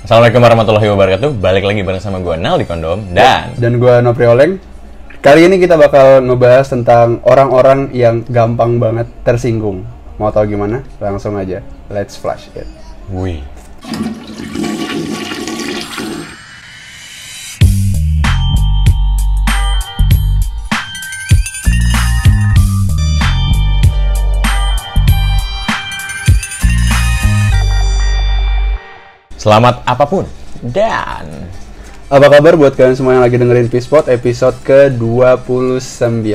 Assalamualaikum warahmatullahi wabarakatuh. Balik lagi bareng sama gue Nal di Kondom dan gue Nopri Oleng. Kali ini kita bakal ngebahas tentang orang-orang yang gampang banget tersinggung. Mau tahu gimana? Langsung aja. Let's flash it. Wih. Selamat apapun dan apa kabar buat kalian semua yang lagi dengerin Peacepod episode ke-29.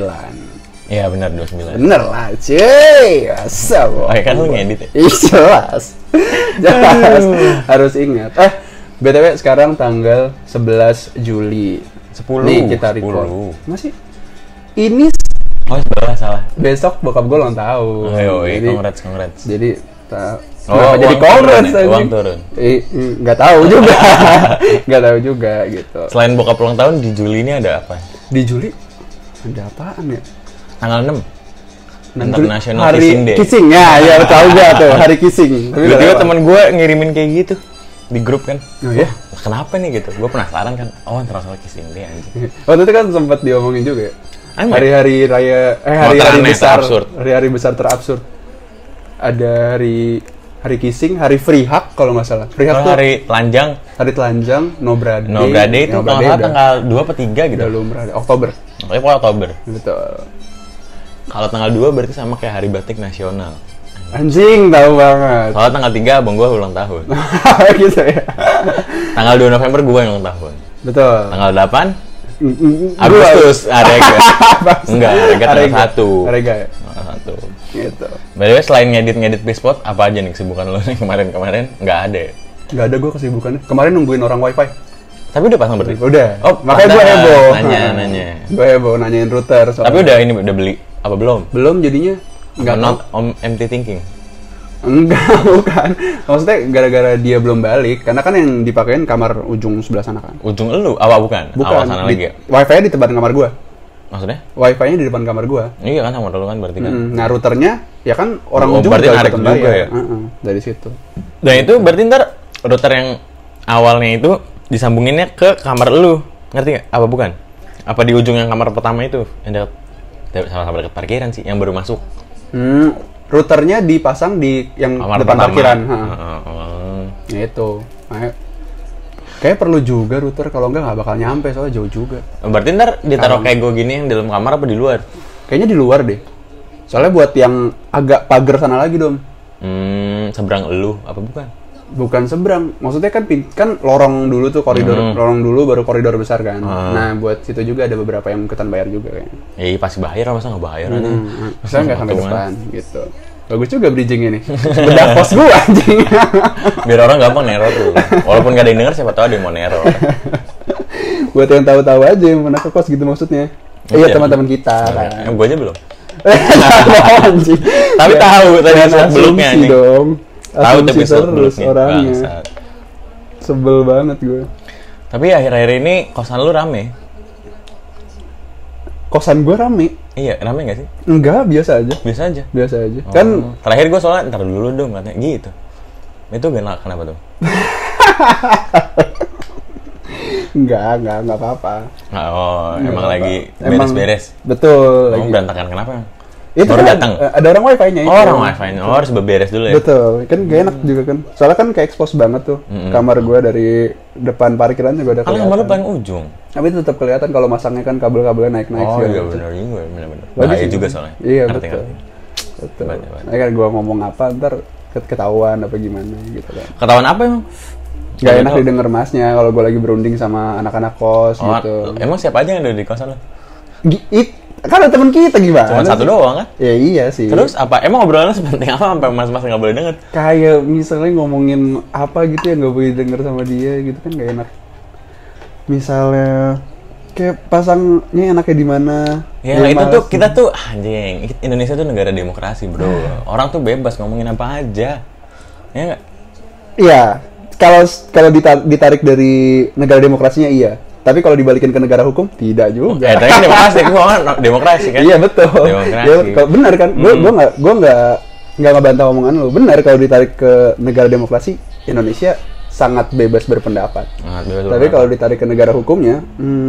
Iya benar 29. Bener lah cuy. Masa Oke kan lu ngedit ya? Jelas. Jelas. Harus ingat. BTW sekarang tanggal 11 Juli 10. Nih kita record. Masih? Ini Oh 11 salah. besok bokap gue ulang tahun. Oh Jadi- congrats. Jadi uang jadi congrats turun ya? aja. Uang turun. Nggak tahu juga. Nggak tahu juga gitu. Selain bokap ulang tahun di Juli ini ada apa? Di Juli ada apaan ya? Tanggal 6. International Hari Kissing Day. Kissing ya tahu gak tuh hari kissing. Tapi Tiba-tiba nggak tahu. temen gue ngirimin kayak gitu di grup kan. Oh ya. Lah, kenapa nih gitu? Gue penasaran kan. Oh International Kissing Day anjing. Waktu itu kan sempat diomongin juga ya. Emang? Hari-hari raya hari-hari teraneh, besar terabsurd. hari-hari besar terabsurd. Ada hari kissing, hari free hug kalau nggak salah. Free hug Kalau tuh hari telanjang, hari telanjang, no brade. no brade itu No kalau brade nggak udah- tanggal 2 atau 3 gitu. udah lumrah deh. Oktober. Pokoknya pokoknya Oktober. Betul. Kalau tanggal 2 berarti sama kayak Hari Batik Nasional. Anjing tahu banget. Kalau tanggal 3 abang gue ulang tahun. Gitu ya. Tanggal 2 November gue yang ulang tahun. Betul. Tanggal 8 Gua- Agustus Arega. Enggak, Arega tanggal Arega. 1. Arega ya. Tanggal 1. Gitu. By the way, selain ngedit Peacepod, apa aja nih kesibukan lo nih kemarin-kemarin? Nggak ada ya? Nggak ada gue kesibukannya. Kemarin nungguin orang wifi. Tapi udah pasang berarti? Udah. Oh, makanya gue pantas. heboh. Nanya. Gue heboh nanyain router. soalnya. Tapi udah beli apa belum? belum jadinya. Nggak Not tahu. empty thinking. Enggak, bukan. Maksudnya gara-gara dia belum balik, karena kan yang dipakein kamar ujung sebelah sana kan. Ujung elu? Apa bukan? Bukan. Awal sana lagi ya? Wifi-nya di depan kamar gua. Maksudnya? Wifi-nya di depan kamar gua. Iya kan sama dulu kan berarti kan. Nah, routernya ya kan orang Oh, ujung berarti udah narik ikutan juga bayar. ya? Dari situ. Dan itu berarti ntar router yang awalnya itu disambunginnya ke kamar elu. Ngerti nggak? Apa bukan? Apa di ujung yang kamar pertama itu? Yang dekat sama-sama dekat parkiran sih, yang baru masuk. Routernya dipasang di yang Kamar depan pertama. parkiran. Heeh. Ya itu. Makanya kayak perlu juga router, kalau enggak nggak bakal nyampe soalnya jauh juga. Berarti ntar ditaruh kayak gue gini yang dalam kamar apa di luar? Kayaknya di luar deh. Soalnya buat yang agak pagar sana lagi dong. Seberang elu apa bukan? Bukan seberang, maksudnya kan lorong dulu tuh koridor, lorong dulu baru koridor besar kan. Nah buat situ juga ada beberapa yang ikutan bayar juga kayaknya. Iya pasti bayar, masa nggak bayar aja? Saya nggak sampai Patungan. depan gitu. Bagus juga bridging ini. Bedah pos gua anjing. Biar orang gampang neror tuh. Walaupun gak ada yang denger, siapa tahu ada yang mau neror. Buat yang tahu-tahu aja yang pernah ke kos gitu maksudnya. Iya Iya. teman-teman kita kan. Gue aja belum. Anjing. Tapi tahu tadi Jangan sebelumnya asumsi anjing. dong. Tahu Asumsi tapi terus sebelumnya. orangnya. Bangsat. Sebel banget gue. Tapi akhir-akhir ini kosan lu rame. Kosan gue rame. Iya, rame gak sih? Enggak, biasa aja. Biasa aja. Biasa aja. Oh. Kan Terakhir gue soalnya, ntar dulu dong katanya gitu. Itu kenapa tuh? enggak apa-apa. Oh, emang Nggak lagi apa-apa. Emang- beres-beres. Betul, Kamu lagi. berantakan kenapa? Itu baru kan datang. ada orang wifi-nya itu. Oh, orang wifi-nya. Oh, harus beberes dulu ya? Betul, kan gak enak juga kan. Soalnya kan kayak expose banget tuh. Kamar gue dari depan parkiran juga udah Kalau kamar lu kelihatan. paling ujung. Tapi tetap kelihatan kalau masangnya kan kabel-kabelnya naik-naik Oh segala iya macam. benar juga, benar-benar. Bagus Bahaya sih. juga soalnya. Iya, Ngerti. Betul. Baca. Nah, kan gue ngomong apa ntar ketahuan apa gimana gitu kan. Ketahuan apa emang? Gak enak didengar masnya kalau gue lagi berunding sama anak-anak kos Oh, gitu. emang siapa aja yang ada di kosan lu? Kan ada temen kita gimana? Cuma satu sih? doang kan? Ya iya sih. Terus apa? Emang obrolannya sepenting apa sampai mas-mas nggak boleh denger? Kayak misalnya ngomongin apa gitu yang nggak boleh denger sama dia gitu kan gak enak. Misalnya kayak pasangnya enaknya di mana? Ya Dia itu malas tuh gitu. kita tuh anjing. Indonesia tuh negara demokrasi bro. Orang tuh bebas ngomongin apa aja. Ya nggak? Iya. Kalau ditarik dari negara demokrasinya iya. Tapi kalau dibalikin ke negara hukum tidak juga. Tapi kan demokrasi, gua ngomong demokrasi kan? Iya betul. Demokrasi. Ya, benar kan? Gue nggak ngebantah omongan lu. Benar kalau ditarik ke negara demokrasi Indonesia sangat bebas berpendapat. Sangat bebas Tapi berpendapat. kalau ditarik ke negara hukumnya,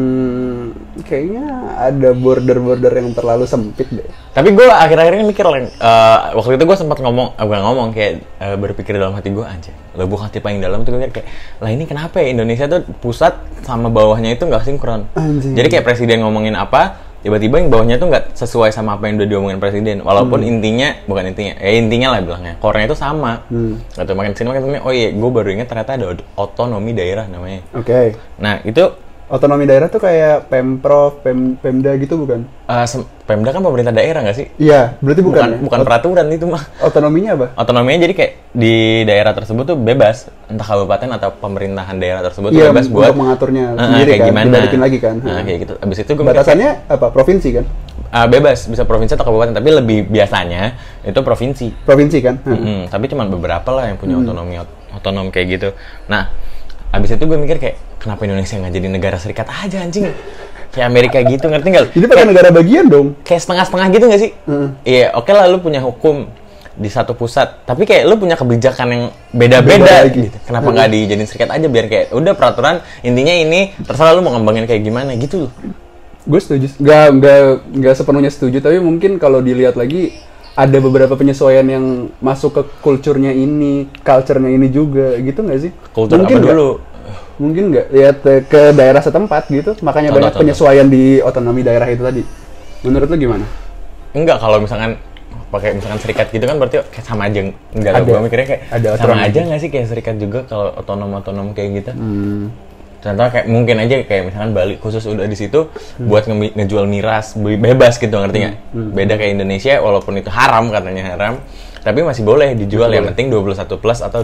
kayaknya ada border-border yang terlalu sempit deh. Tapi gue akhir-akhir ini mikir, waktu itu gue sempat bukan ngomong kayak berpikir dalam hati gue, anjir, lubuk hati paling dalam tuh gue kayak, lah ini kenapa ya Indonesia tuh pusat sama bawahnya itu nggak sinkron. Anjir. Jadi kayak presiden ngomongin apa, tiba-tiba yang bawahnya tuh nggak sesuai sama apa yang udah diomongin presiden. Walaupun intinya lah bilangnya, core-nya itu sama. Atau makin sini makin sini, oh iya, gue baru ingat ternyata ada otonomi daerah namanya. Oke. Nah itu Otonomi daerah tuh kayak Pemprov, Pemda gitu bukan? Pemda kan pemerintah daerah nggak sih? Iya, berarti bukan ya? Bukan peraturan itu mah. Otonominya apa? Otonominya jadi kayak di daerah tersebut tuh bebas, entah kabupaten atau pemerintahan daerah tersebut tuh Iya, bebas buat untuk mengaturnya sendiri kayak kan, gimana. dibalikin lagi kan. Kayak gitu. Abis itu gue Batasannya apa? Provinsi kan? bebas, bisa provinsi atau kabupaten, tapi lebih biasanya itu provinsi. Provinsi kan? Tapi cuma beberapa lah yang punya otonom kayak gitu. Nah, abis itu gue mikir kayak, kenapa Indonesia nggak jadi negara serikat aja anjing? Kayak Amerika gitu, ngerti nggak? Jadi pakai negara bagian dong. Kayak setengah-setengah gitu nggak sih? Iya, oke lah lu punya hukum di satu pusat, tapi kayak lu punya kebijakan yang beda-beda Beda lagi. gitu. Kenapa nggak dijadiin serikat aja, biar kayak udah peraturan intinya ini, terserah lu mau ngembangin kayak gimana gitu loh. Gue setuju. Nggak sepenuhnya setuju, tapi mungkin kalau dilihat lagi ada beberapa penyesuaian yang masuk ke culture-nya ini, culture-nya ini juga, gitu nggak sih? Kultur Mungkin apa nggak? dulu? Mungkin nggak lihat ke daerah setempat gitu, makanya banyak Contoh. penyesuaian di otonomi daerah itu tadi. Menurut lo gimana? Enggak, kalau misalkan pakai misalkan serikat gitu kan berarti kayak sama aja. Enggak lah, Ada. gue mikirnya kayak Ada sama aturan aja lagi. nggak sih kayak serikat juga kalau otonom kayak gitu. Contohnya kayak mungkin aja kayak misalkan Bali khusus udah di situ buat ngejual miras bebas gitu, ngerti nggak? Beda kayak Indonesia, walaupun itu haram, katanya haram, tapi masih boleh dijual. Yang penting 21 plus atau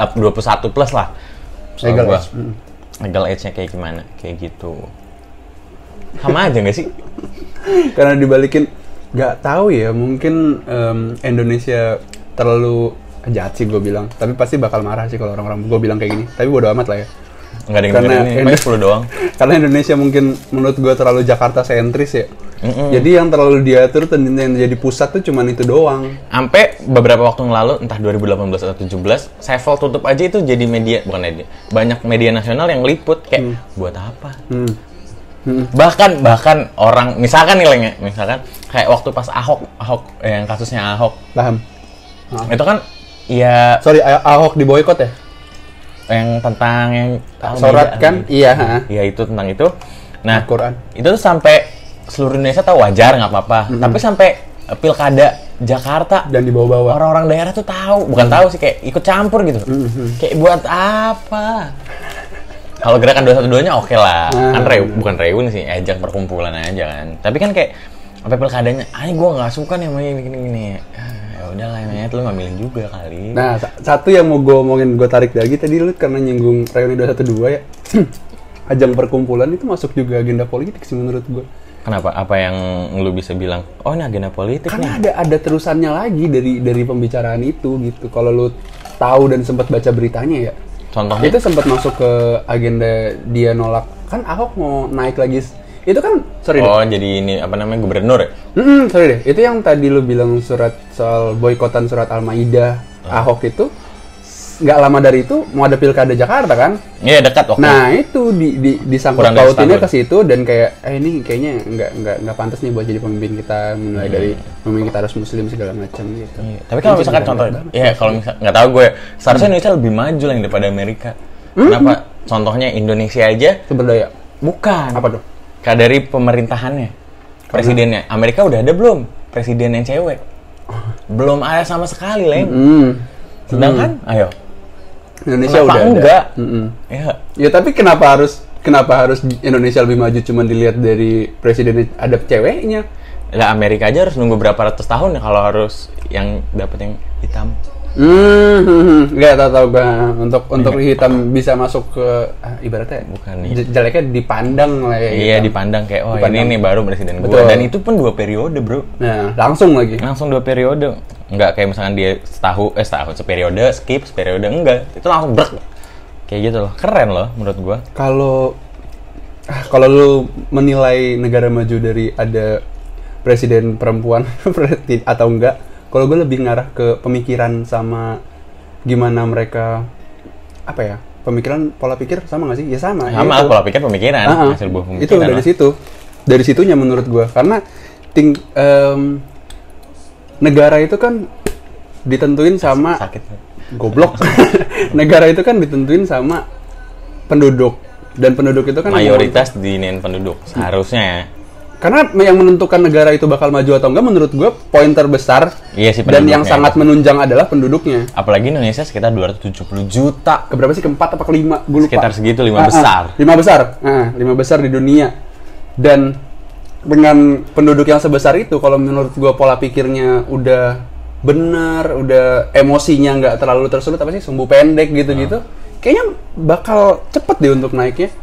21 plus lah. Soal Legal gua. age. Legal age-nya kayak gimana? Kayak gitu. Sama aja nggak sih? Karena dibalikin, nggak tahu ya, mungkin Indonesia terlalu jahat sih gue bilang, tapi pasti bakal marah sih kalau orang-orang gue bilang kayak gini, tapi bodo amat lah ya. Nggak ada yang Karena dengerin ini, paling 10 doang. Karena Indonesia mungkin menurut gue terlalu Jakarta sentris ya. Jadi yang terlalu diatur yang jadi pusat tuh cuman itu doang. Sampai beberapa waktu yang lalu, entah 2018 atau 17, Sevel tutup aja itu jadi media, bukan media, banyak media nasional yang liput kayak buat apa? Bahkan orang, misalkan nih Leng ya, misalkan kayak waktu pas Ahok yang kasusnya Ahok, Paham? itu kan ya Sorry, Ahok diboykot ya? yang tentang yang Sorat kan? Iya, ha. ya itu tentang itu. Nah, Al-Quran. itu tuh sampai seluruh Indonesia tahu, wajar nggak apa-apa. Tapi sampai pilkada Jakarta Dan dibawa-bawa. orang-orang daerah tuh tahu, bukan tahu sih, kayak ikut campur gitu. Kayak buat apa? Kalau gerakan 212-nya oke lah, kan bukan reuni sih, ajang perkumpulan aja kan. Tapi kan kayak sampai pilkadanya, gue nggak suka nih sama yang gini-gini. Ya udahlah, namanya lu nggak milih juga kali. Nah, satu yang mau gue omongin, gue tarik lagi tadi lu karena nyinggung reuni 212 ya. Ajang perkumpulan itu masuk juga agenda politik sih menurut gue. Kenapa? Apa yang lu bisa bilang? Oh, ini agenda politik Karena nih. ada terusannya lagi dari pembicaraan itu gitu. Kalau lu tahu dan sempat baca beritanya ya. Contohnya? Itu sempat masuk ke agenda dia nolak, kan Ahok mau naik lagi. Itu kan sorry deh. Oh, jadi ini apa namanya, gubernur ya? Sorry deh. Itu yang tadi lu bilang surat soal boikotan surat Al-Maidah. Ahok itu nggak lama dari itu mau ada pilkada Jakarta kan? Iya, dekat waktu. Nah itu disangkut Kurang dari pautinnya setahun. ke situ dan kayak ini kayaknya nggak pantas nih buat jadi pemimpin kita, mulai dari pemimpin kita harus muslim segala macam gitu. Iya. Tapi kalau misalkan contohnya, ya kalau misal nggak tahu gue, seharusnya Indonesia lebih maju lah daripada Amerika. Kenapa? Contohnya Indonesia aja, Sumber daya. bukan. Apa tuh? Kayak dari pemerintahannya, presidennya. Amerika udah ada belum presiden yang cewek? Belum ada sama sekali, Leng. Sedangkan, ayo. Indonesia Kenapa udah enggak? ada. Ya, Ya tapi kenapa harus Indonesia lebih maju cuman dilihat dari presiden ada ceweknya? lah Amerika aja harus nunggu berapa ratus tahun ya kalau harus yang dapat yang hitam. Nggak tahu gue untuk hitam bisa masuk ke ibaratnya Bukan nih. jeleknya dipandang lah ya. Iya, hitam. dipandang kayak oh Dipandang. ini nih baru presiden gue. Betul. Dan itu pun 2 periode, Bro. Nah langsung lagi. Langsung 2 periode. Enggak kayak misalkan dia setahun seperiode, skip seperiode, enggak. Itu langsung brek. Kayak gitu loh. Keren loh menurut gua. Kalau lu menilai negara maju dari ada presiden perempuan atau enggak, kalau gue lebih ngarah ke pemikiran sama gimana mereka pemikiran pola pikir sama nggak sih? Ya sama. Sama ya itu. pola pikir pemikiran, hasil buah pemikiran. Itu dari lah. situ. Dari situnya menurut gua karena negara itu kan ditentuin sama Sakit. goblok. Negara itu kan ditentuin sama penduduk dan penduduk itu kan Mayoritas diinin penduduk seharusnya ya. karena yang menentukan negara itu bakal maju atau enggak menurut gue poin terbesar Iya sih, dan yang penduduknya. sangat menunjang adalah penduduknya. Apalagi Indonesia sekitar 270 juta. Keberapa sih, keempat apa kelima? Gue lupa. Sekitar segitu, 5 besar. 5 besar. 5 besar di dunia. Dan dengan penduduk yang sebesar itu, kalau menurut gue pola pikirnya udah benar, udah emosinya nggak terlalu tersulut, apa sih, sumbu pendek gitu-gitu, kayaknya bakal cepet deh untuk naiknya.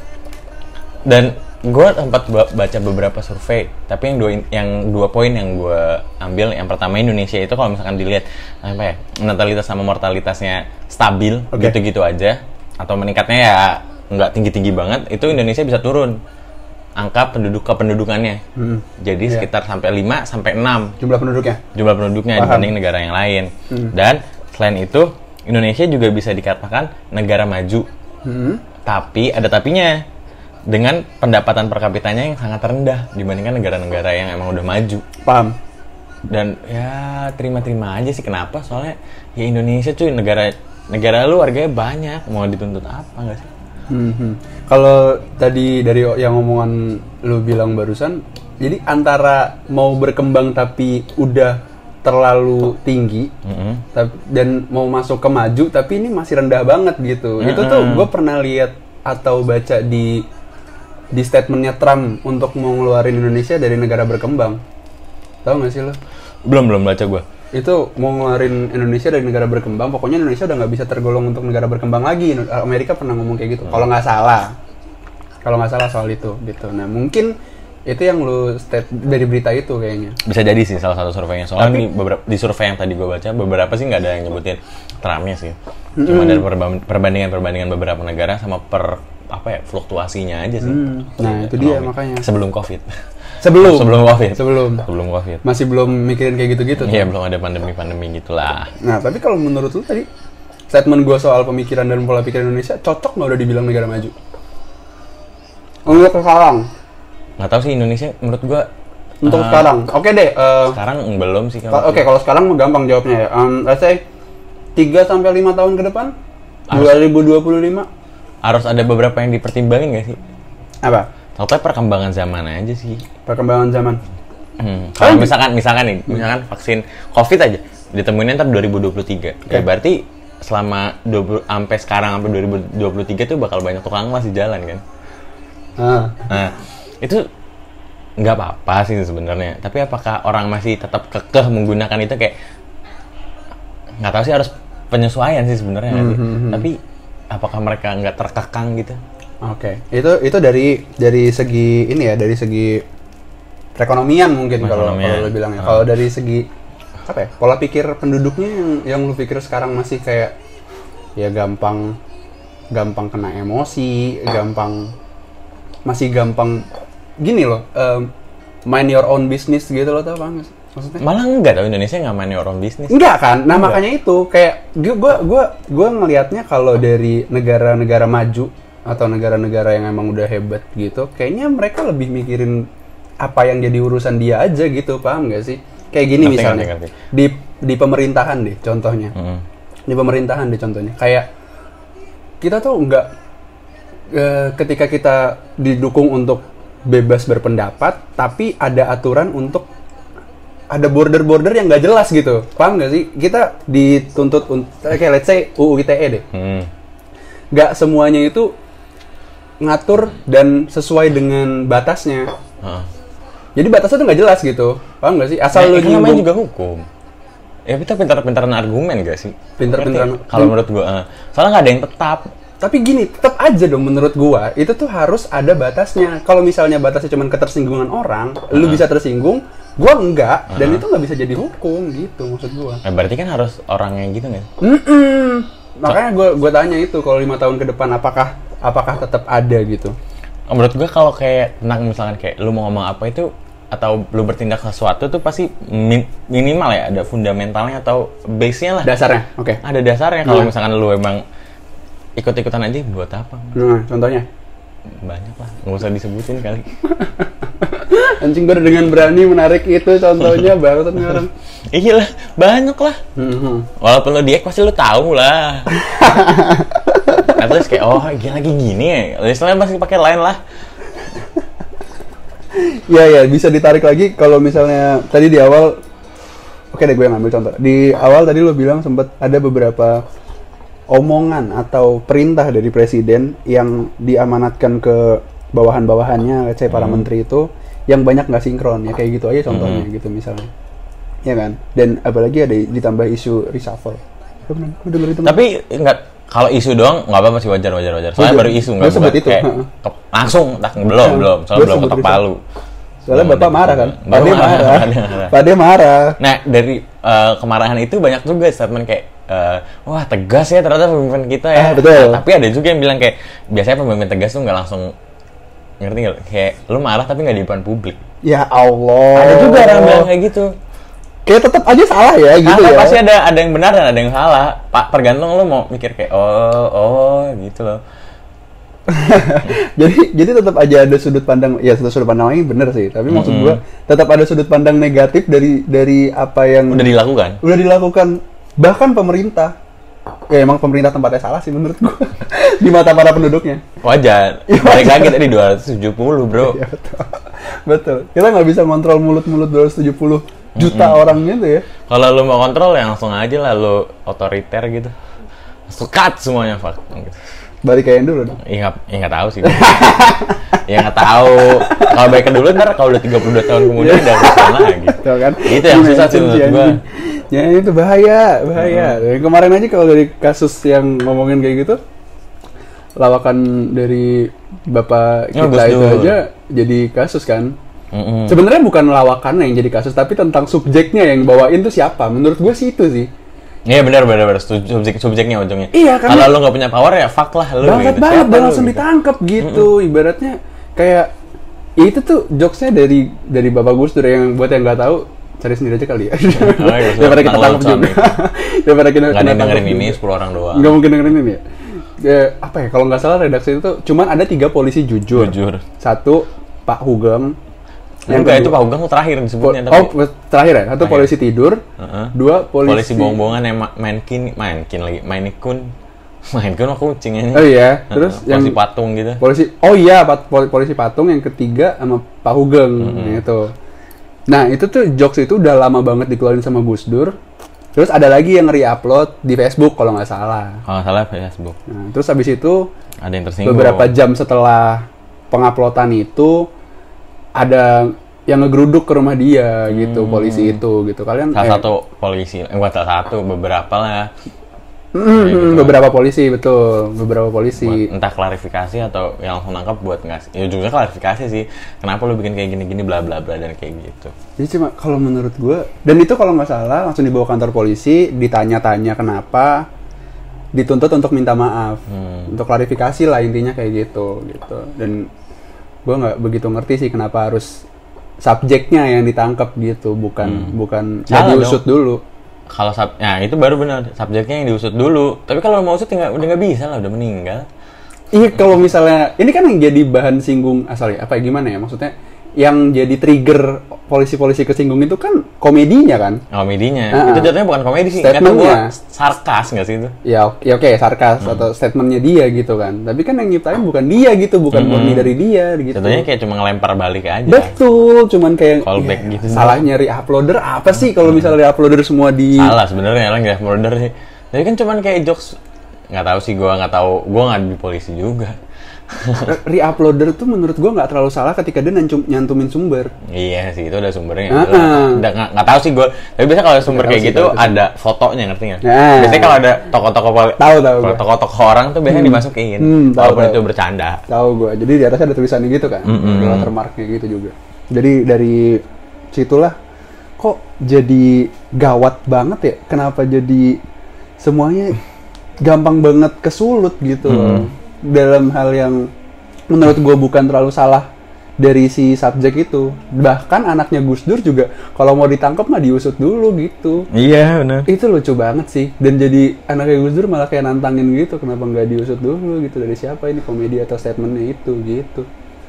Dan gue sempat baca beberapa survei, tapi yang dua poin yang gue ambil, yang pertama Indonesia itu kalau misalkan dilihat apa ya, natalitas sama mortalitasnya stabil gitu-gitu aja, atau meningkatnya ya nggak tinggi-tinggi banget, itu Indonesia bisa turun angka kependudukannya. Jadi sekitar sampai 5 sampai 6 Jumlah penduduknya dibanding negara yang lain. Dan selain itu Indonesia juga bisa dikatakan negara maju. Tapi ada tapinya, dengan pendapatan per kapitanya yang sangat rendah dibandingkan negara-negara yang emang udah maju. Paham. Dan ya terima-terima aja sih, kenapa? Soalnya ya Indonesia cuy, negara lu warganya banyak, mau dituntut apa nggak sih? Kalau tadi dari yang omongan lu bilang barusan, jadi antara mau berkembang tapi udah terlalu tinggi, dan mau masuk ke maju tapi ini masih rendah banget gitu. Itu tuh gue pernah lihat atau baca di statementnya Trump untuk mau ngeluarin Indonesia dari negara berkembang. Tahu nggak sih lo? Belum baca gue. Itu mau ngeluarin Indonesia dari negara berkembang, pokoknya Indonesia udah nggak bisa tergolong untuk negara berkembang lagi. Amerika pernah ngomong kayak gitu, kalau nggak salah soal itu gitu. Nah mungkin itu yang lu state dari berita itu kayaknya. Bisa jadi sih salah satu surveinya. Soalnya di survei yang tadi gue baca, beberapa sih nggak ada yang nyebutin Trumpnya sih. Cuma dari perbandingan beberapa negara sama fluktuasinya aja sih. Nah itu dia makanya. Sebelum COVID. Sebelum COVID. Masih belum mikirin kayak gitu-gitu. Iya, belum ada pandemi gitulah. Nah tapi kalau menurut lu tadi statement gue soal pemikiran dan pola pikir Indonesia cocok nggak udah dibilang negara maju? Untuk sekarang. Nggak tahu sih Indonesia menurut gue. Untuk sekarang, oke deh. Sekarang belum sih. Oke, kalau sekarang gampang jawabnya ya. Let's say 3-5 tahun ke depan, 2025. Harus ada beberapa yang dipertimbangin nggak sih? Apa? Soalnya perkembangan zaman aja sih. Perkembangan zaman. Kalau misalkan vaksin COVID aja ditemuin ntar 2023. Ya berarti selama sampai sekarang sampai 2023 tuh bakal banyak tukang las di jalan kan. Nah, itu nggak apa-apa sih sebenarnya. Tapi apakah orang masih tetap kekeh menggunakan itu, kayak nggak tahu sih, harus penyesuaian sih sebenarnya. Tapi apakah mereka nggak terkekang gitu? Oke. Itu dari segi ini ya, dari segi perekonomian mungkin kalau lu bilang ya. Kalau dari segi apa ya? Pola pikir penduduknya yang lu pikir sekarang masih kayak ya gampang kena emosi, masih gampang gini loh, mind your own business gitu loh, tau bang? Maksudnya? Malah enggak, tau Indonesia nggak mind your own business. Enggak kan? Nah makanya itu kayak gue ngelihatnya kalau dari negara-negara maju atau negara-negara yang emang udah hebat gitu, kayaknya mereka lebih mikirin apa yang jadi urusan dia aja gitu, paham nggak sih? Kayak gini misalnya di pemerintahan deh contohnya, di pemerintahan deh contohnya, kayak kita tuh nggak ketika kita didukung untuk bebas berpendapat, tapi ada aturan untuk ada border yang nggak jelas gitu, paham nggak sih? Kita dituntut kayak let's say UU ITE deh, nggak semuanya itu ngatur dan sesuai dengan batasnya. Jadi batasnya tuh nggak jelas gitu, paham nggak sih? Asal lu namanya juga hukum. Ya kita pintar-pintaran argumen gak sih? Pintar-pintaran. Kalau menurut gua, soalnya nggak ada yang tetap. Tapi gini, tetap aja dong menurut gua, itu tuh harus ada batasnya. Kalau misalnya batasnya cuma ketersinggungan orang, lu bisa tersinggung, gua enggak, dan itu nggak bisa jadi hukum gitu maksud gua. Berarti kan harus orang yang gitu nggak? Makanya gua tanya itu, kalau 5 tahun ke depan apakah tetap ada gitu? Menurut gua kalau kayak tentang misalkan kayak lu mau ngomong apa itu, atau lu bertindak sesuatu tuh pasti minimal ya ada fundamentalnya atau base-nya lah. Dasarnya, oke. Ada dasarnya. Kalau misalkan lu emang ikut-ikutan aja buat apa? Nah, contohnya. Banyak lah, nggak usah disebutin kali. Anjing baru dengan berani menarik itu contohnya banget nih orang. Iya lah, banyak lah. Walaupun lo diek pasti lo tahu lah. At least kayak oh gila lagi gini ya. Istilahnya masih pakai line lah. Ya bisa ditarik lagi kalau misalnya tadi di awal. Oke deh gue yang ambil contoh. Di awal tadi lo bilang sempat ada beberapa omongan atau perintah dari presiden yang diamanatkan ke bawahan-bawahannya, let's say para menteri itu yang banyak nggak sinkron ya kayak gitu aja contohnya gitu misalnya, ya kan? Dan apalagi ada ditambah isu reshuffle. Lu denger itu? Tapi nggak, kalau isu doang nggak apa-apa sih, wajar. Soalnya baru isu nggak bukan itu. Kayak langsung belum soalnya belum ketok palu. Soalnya bapak marah kan? Pade marah. Nah dari kemarahan itu banyak juga statement kayak wah tegas ya ternyata pemimpin kita ya. Betul. Nah, tapi ada juga yang bilang kayak biasanya pemimpin tegas tuh nggak langsung, ngerti nggak? Kayak lu marah tapi nggak di depan publik. Ya Allah. Ada juga orang bilang kayak gitu. Kayak tetap aja salah ya gitu ya. Pasti ada yang benar dan ada yang salah. Tergantung lu mau mikir kayak oh gitu loh. jadi tetap aja ada sudut pandang, ya sudut pandang ini bener sih, tapi maksud gua tetap ada sudut pandang negatif dari apa yang udah dilakukan bahkan pemerintah. Ya emang pemerintah tempatnya salah sih menurut gua di mata para penduduknya. Wajar. Balik lagi tadi 270 bro. Ya, betul. Kita nggak bisa kontrol mulut 270 juta orang gitu ya. Kalau lu mau kontrol ya langsung aja lah, lu otoriter gitu. Cut semuanya fuck gitu. Balik kayak dulu dong. Iya nggak tahu sih. Ya nggak tau. Kalau balik ke dulu ntar kalau udah 32 tahun kemudian udah bisa lagi. Tuh kan. Itu yang susah sih menurut gua. Ya itu bahaya. Kemarin aja kalau dari kasus yang ngomongin kayak gitu, lawakan dari bapak kita itu aja jadi kasus kan. Sebenarnya bukan lawakannya yang jadi kasus, tapi tentang subjeknya yang bawain tuh siapa. Menurut gue sih itu sih. Iya benar subjeknya ujungnya. Iya kan. Kalau lu nggak punya power ya fuck lah lu. Banget dan langsung ditangkap gitu. Ibaratnya kayak itu tuh jokesnya dari Bapak Gus Dur, yang buat yang nggak tahu cari sendiri aja kali ya. Daripada kita tangkap juga. Daripada kita dengerin ini 10 orang doang. Nggak mungkin dengerin ini ya. Apa ya, kalau nggak salah redaksi itu cuman ada 3 polisi jujur. 1 Pak Hugeng. Yang kedua itu Pak Hugeng terakhir disebutnya. Terakhir ya. 1 polisi tidur. 2 polisi bohong-bohongan yang main kun mah kucingnya. Oh iya. Terus yang polisi patung gitu. Polisi patung yang ketiga sama Pak Hugeng gitu. Nah itu tuh jokes itu udah lama banget dikeluarin sama Gus Dur. Terus ada lagi yang re-upload di Facebook kalau nggak salah. Facebook. Nah, terus habis itu ada yang tersinggung. Beberapa jam setelah penguploadan itu ada yang ngegeruduk ke rumah dia gitu, polisi itu gitu. Kalian satu polisi, beberapa lah. Beberapa polisi, betul. Beberapa polisi. Buat entah klarifikasi atau yang langsung nangkap buat ngasih. Ya juga klarifikasi sih. Kenapa lu bikin kayak gini-gini bla bla bla dan kayak gitu. Jadi cuma kalau menurut gue, dan itu kalau nggak salah langsung dibawa kantor polisi, ditanya-tanya kenapa, dituntut untuk minta maaf, untuk klarifikasi lah intinya kayak gitu. Dan gue nggak begitu ngerti sih kenapa harus subjeknya yang ditangkap gitu, bukan jadi usut dulu. Kalau itu baru benar, subjeknya yang diusut dulu. Tapi kalau mau usut udah nggak bisa lah, udah meninggal. Iya, kalau misalnya ini kan yang jadi bahan singgung gimana ya, maksudnya yang jadi trigger polisi-polisi kesinggung itu kan komedinya kan? Komedinya. Itu jatuhnya bukan komedi sih. Statementnya. Sarkas nggak sih itu? Ya oke, sarkas atau statementnya dia gitu kan. Tapi kan yang nyiptain bukan dia gitu, bukan murni dari dia gitu. Jatuhnya kayak cuma ngelempar balik aja. Betul, cuman kayak callback gitu. Salahnya re-uploader apa sih kalau misalnya re-uploader semua di... Salah sebenarnya orang re-uploader sih. Tapi kan cuman kayak jokes, nggak tahu sih, gue nggak di polisi juga. Re-uploader tuh menurut gue nggak terlalu salah ketika dia nyantumin sumber. Iya sih, itu ada sumbernya. Nggak tahu sih gue. Tapi biasanya kalau sumber kayak gitu ada fotonya, ngerti nggak? Biasanya kalau ada tokoh-tokoh orang tuh biasanya dimasukin. Walaupun itu bercanda. Tahu gue. Jadi di atasnya ada tulisannya gitu kan, watermarknya gitu juga. Jadi dari situlah kok jadi gawat banget ya? Kenapa jadi semuanya gampang banget kesulut gitu loh. Dalam hal yang menurut gue bukan terlalu salah dari si subjek itu. Bahkan anaknya Gus Dur juga kalau mau ditangkap mah diusut dulu gitu. Iya benar. Itu lucu banget sih. Dan jadi anaknya Gus Dur malah kayak nantangin gitu, kenapa nggak diusut dulu gitu, dari siapa ini komedi atau statementnya itu gitu.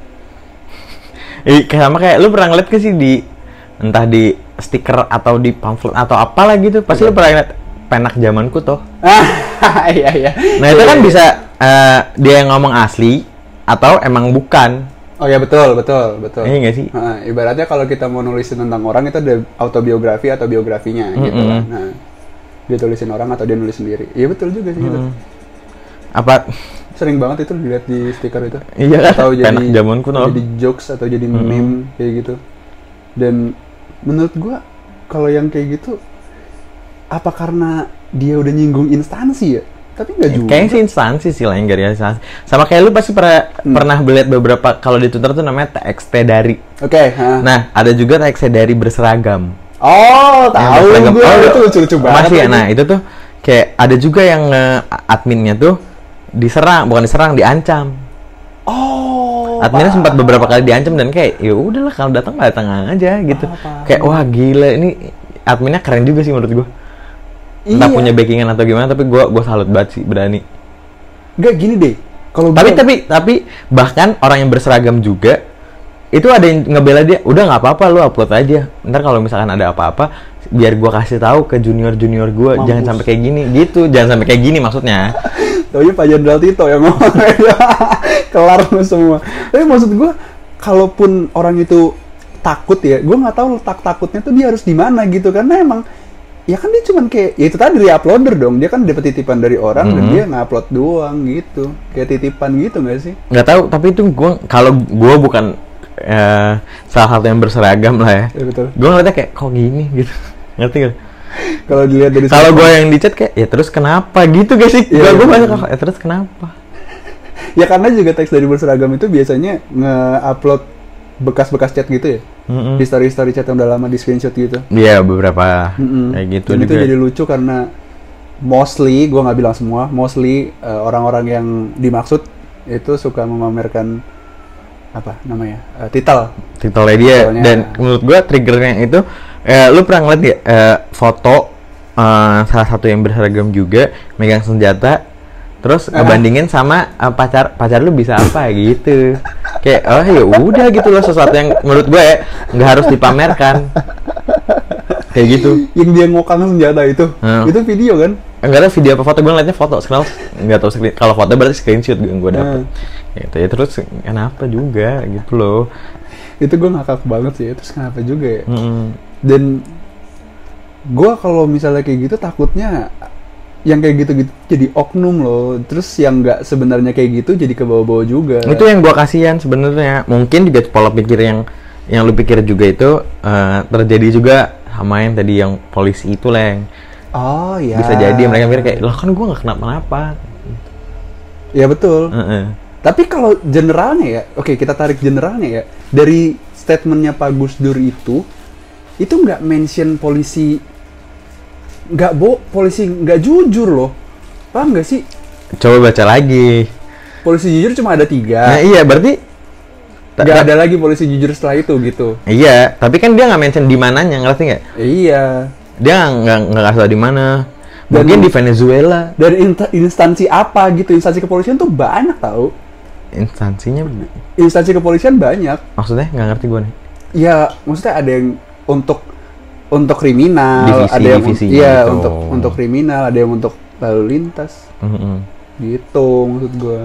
Sama kayak lu pernah ngeliat ke sih di entah di stiker atau di pamflet atau apalah gitu, pasti lu pernah ngeliat penak zamanku toh. Iya. Nah itu kan bisa dia yang ngomong asli atau emang bukan. Oh ya, betul. Iya nggak sih? Ibaratnya kalau kita mau nulisin tentang orang itu ada autobiografi atau biografinya gitu kan. Nah, dia tulisin orang atau dia nulis sendiri. Iya betul juga sih gitu. Apa? Sering banget itu dilihat di stiker itu. Iya kan? Atau Penak zamanku toh. jadi jokes atau jadi meme kayak gitu. Dan menurut gua kalau yang kayak gitu, apa karena dia udah nyinggung instansi ya? Tapi nggak juga. Kayaknya sih instansi sih lah yang dari instansi. Sama kayak lu pasti pernah melihat beberapa kalau di Twitter tuh namanya TXT dari. Oke. Nah ada juga TXT dari berseragam. Oh, tahu gue. Itu lucu-lucu banget. Masih ya. Nah itu tuh kayak ada juga yang adminnya tuh bukan diserang, diancam. Oh. Adminnya sempat beberapa kali diancam dan kayak ya udahlah kalau datang aja gitu. Kayak wah gila ini adminnya keren juga sih menurut gue. Entah punya backingan atau gimana, tapi gue salut banget sih, berani. Gak gini deh. Kalau tapi bahkan orang yang berseragam juga itu ada yang ngebela dia, udah nggak apa-apa lu upload aja. Ntar kalau misalkan ada apa-apa, biar gue kasih tahu ke junior gue, jangan sampai kayak gini gitu, jangan sampai kayak gini maksudnya. Taunya Pak Jenderal Tito yang ngomong kelar semua. Tapi maksud gue, kalaupun orang itu takut ya, gue nggak tahu letak takutnya tuh dia harus di mana gitu, karena emang ya kan dia cuman kayak, ya itu tadi re-uploader dong, dia kan dapat titipan dari orang dan dia nge-upload doang gitu, kayak titipan gitu nggak sih? Nggak tahu, tapi itu kalau gue bukan salah satu yang berseragam lah ya. Ya betul. Gue ngeliatnya kayak kok gini gitu, ngerti gak? Kalau dilihat dari kalau gue yang di chat kayak ya terus kenapa gitu gak sih? Gue banyak ya terus kenapa? Ya karena juga teks dari berseragam itu biasanya nge-upload bekas-bekas chat gitu ya, di story-story chat yang udah lama di screenshot gitu. Iya beberapa kayak gitu. Dan juga. Itu jadi lucu karena mostly, gue nggak bilang semua, mostly orang-orang yang dimaksud itu suka memamerkan apa namanya titelnya dia. Dan menurut gue triggernya itu, lu pernah ngeliat ya foto salah satu yang berseragam juga megang senjata, terus ngebandingin sama pacar lu bisa apa gitu. Kayak oh ya udah gitu loh, sesuatu yang menurut gue ya nggak harus dipamerkan. Kayak gitu. Yang dia ngokang senjata itu video kan? Enggak ada video apa foto, gue ngeliatnya foto. Sekarang nggak tahu kalau foto berarti screenshot gue dapet. Gitu ya, terus kenapa juga gitu loh. Itu gue ngakak banget sih, terus kenapa juga ya. Dan gue kalau misalnya kayak gitu takutnya yang kayak gitu-gitu jadi oknum loh, terus yang nggak sebenarnya kayak gitu jadi ke bawah-bawah juga. Itu yang gue kasihan sebenarnya. Mungkin juga pola pikir yang lu pikir juga itu terjadi juga sama yang tadi yang polisi itu lah yang bisa jadi mereka mikir kayak lah kan gue nggak kenapa-napa. Ya betul. Tapi kalau generalnya ya, oke kita tarik generalnya ya, dari statementnya Pak Gus Dur itu nggak mention polisi. Polisi nggak jujur loh, paham nggak sih? Coba baca lagi. Polisi jujur cuma ada 3. Nah iya berarti nggak ada lagi polisi jujur setelah itu gitu. Iya, tapi kan dia nggak mention di mananya, ngerti nggak? Iya. Dia nggak kasih tau di mana. Mungkin di Venezuela. Dari instansi apa gitu? Instansi kepolisian tuh banyak tau. Instansi kepolisian banyak. Maksudnya nggak ngerti gue nih. Ya maksudnya ada yang untuk kriminal, ada yang gitu. untuk kriminal, ada yang untuk lalu lintas, gitu maksud gue.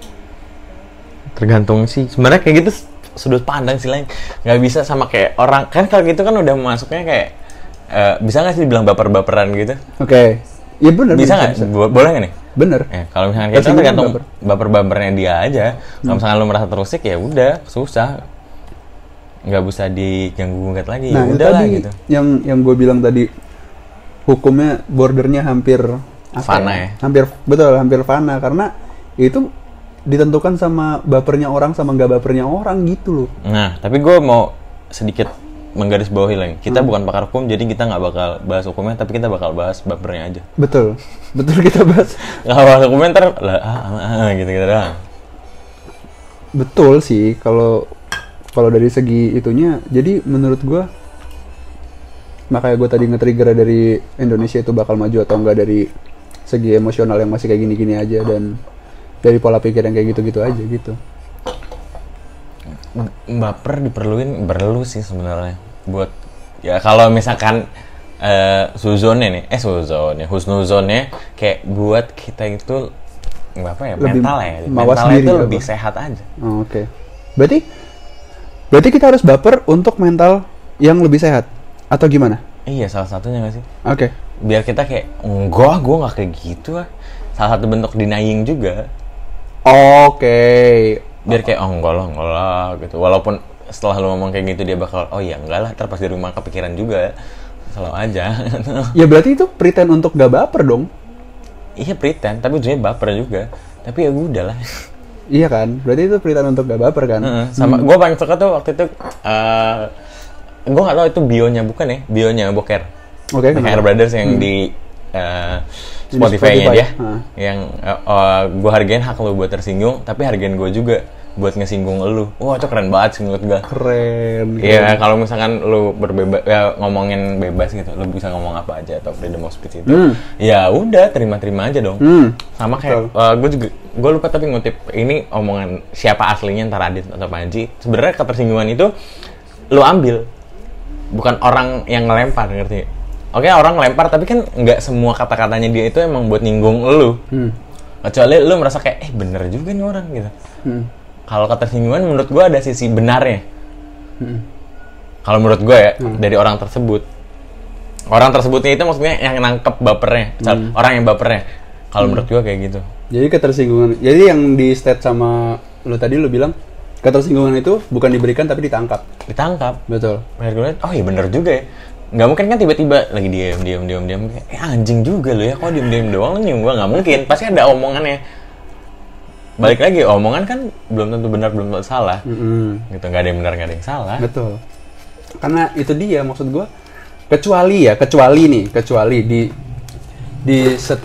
Tergantung sih, sebenarnya kayak gitu sudut pandang sih lain, nggak bisa sama kayak orang kan kalau gitu kan udah masuknya kayak bisa nggak sih dibilang baper-baperan gitu? Oke. Ya benar. Bisa nggak? Boleh nggak nih? Bener. Kalau misalnya kita tergantung baper-bapernya dia aja. Kalau misalnya lu merasa terusik ya udah susah. Nggak bisa diganggu gugat lagi. Nah, ya udahlah gitu. Yang gue bilang tadi, hukumnya bordernya hampir fana ya? Hampir fana karena itu ditentukan sama bapernya orang sama nggak bapernya orang gitu loh. Nah, tapi gue mau sedikit menggarisbawahi lagi. Kita bukan pakar hukum, jadi kita nggak bakal bahas hukumnya, tapi kita bakal bahas bapernya aja. Betul kita bahas. Nggak bahas hukumnya ntar gitu doang. Betul sih, kalau Kalau dari segi itunya, jadi menurut gue, makanya gue tadi nge-trigger dari Indonesia itu bakal maju atau enggak dari segi emosional yang masih kayak gini-gini aja, dan dari pola pikir yang kayak gitu-gitu aja gitu. Baper perlu sih sebenarnya buat ya kalau misalkan husnuzonnya kayak buat kita itu apa ya, lebih mentalnya itu lebih sehat aja. Oh, oke. Berarti kita harus baper untuk mental yang lebih sehat atau gimana? Iya, salah satunya nggak sih? Oke. Biar kita kayak gue nggak kayak gitu ah. Salah satu bentuk denying juga. Oke. Biar kayak enggak lah gitu. Walaupun setelah lu ngomong kayak gitu dia bakal enggak lah, ntar pas di rumah kepikiran juga. Selalu aja. Ya berarti itu pretend untuk gak baper dong. Iya pretend, tapi ujungnya baper juga. Tapi ya udah lah. Iya kan? Berarti itu pretend untuk gak baper kan? Sama gue paling suka tuh waktu itu gue gak tahu itu bionya Boker. Oke, Boker Brothers yang di Spotify-nya dia. Yang gue hargain hak lu buat tersinggung, tapi hargain gue juga buat ngesinggung lu. Wah, itu keren banget sih menurut gue. Keren. Iya, kalau misalkan lu ngomongin bebas gitu, lu bisa ngomong apa aja atau freedom of speech itu. Ya udah, terima-terima aja dong. Sama kayak gue lupa tapi ngutip ini omongan siapa aslinya, antara Adit atau Panji. Sebenarnya ketersinggungan itu lu ambil, bukan orang yang ngelempar, ngerti? Oke, orang ngelempar tapi kan nggak semua kata-katanya dia itu emang buat nyinggung lu. Kecuali lu merasa kayak bener juga nih orang gitu. Kalau ketersinggungan menurut gue ada sisi benarnya. Kalau menurut gue ya, dari orang tersebut. Orang tersebutnya itu maksudnya yang nangkep bapernya. Orang yang bapernya. Kalau menurut gue kayak gitu. Jadi ketersinggungan. Jadi yang di state sama lu tadi, lu bilang ketersinggungan itu bukan diberikan tapi ditangkap. Ditangkap. Betul. Akhirnya iya bener juga ya. Nggak mungkin kan tiba-tiba lagi diam kayak anjing juga lu ya, kok diam doang lu nyium gua. Nggak mungkin, pasti ada omongannya. Balik lagi, omongan kan belum tentu benar, belum tentu salah. Gitu, nggak ada yang benar, nggak ada yang salah. Betul. Karena itu dia maksud gue. Kecuali di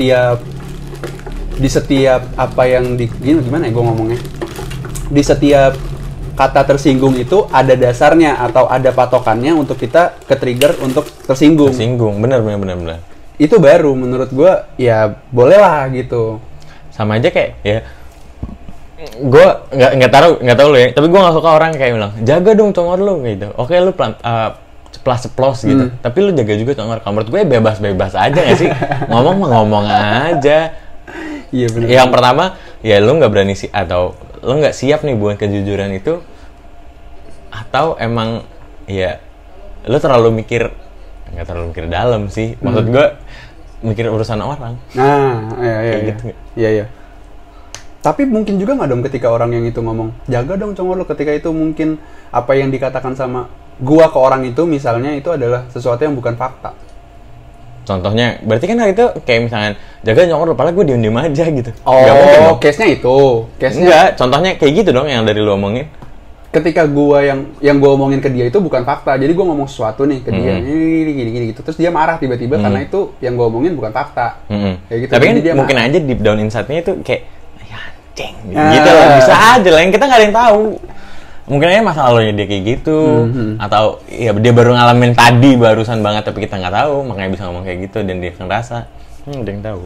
setiap apa yang gimana ya gue ngomongnya? Di setiap kata tersinggung itu ada dasarnya atau ada patokannya untuk kita ke-trigger untuk tersinggung. Benar. Itu baru menurut gue ya boleh lah gitu. Sama aja kayak ya, gue nggak tahu lo ya, tapi gue nggak suka orang kayak bilang jaga dong congor lo gitu. Oke, lu ceplos gitu, tapi lu jaga juga congor. Menurut gue bebas aja nggak sih? ngomong aja. Iya benar. Yang pertama ya lu nggak berani sih, atau lu nggak siap nih buat kejujuran itu, atau emang ya lu nggak terlalu mikir dalam sih. Maksud gue mikir urusan orang. Nah, iya. Gitu. Iya. Tapi mungkin juga nggak dong ketika orang yang itu ngomong jaga dong congor lo, ketika itu mungkin apa yang dikatakan sama gua ke orang itu misalnya itu adalah sesuatu yang bukan fakta. Contohnya, berarti kan itu kayak misalnya jaga congor lo, padahal gue diem aja gitu. Oh, case-nya itu. Enggak, contohnya kayak gitu dong yang dari lu omongin. Ketika gua yang gua omongin ke dia itu bukan fakta, jadi gua ngomong sesuatu nih ke dia ini gini gitu, terus dia marah tiba-tiba karena itu yang gua omongin bukan fakta. Kayak gitu. Tapi kan dia mungkin marah aja deep down inside-nya itu kayak gitu lah, bisa aja lah, yang kita nggak ada yang tahu. Mungkin aja masa lalunya dia kayak gitu, atau ya dia baru ngalamin tadi barusan banget tapi kita nggak tahu, makanya bisa ngomong kayak gitu dan dia ngerasa ada yang tahu.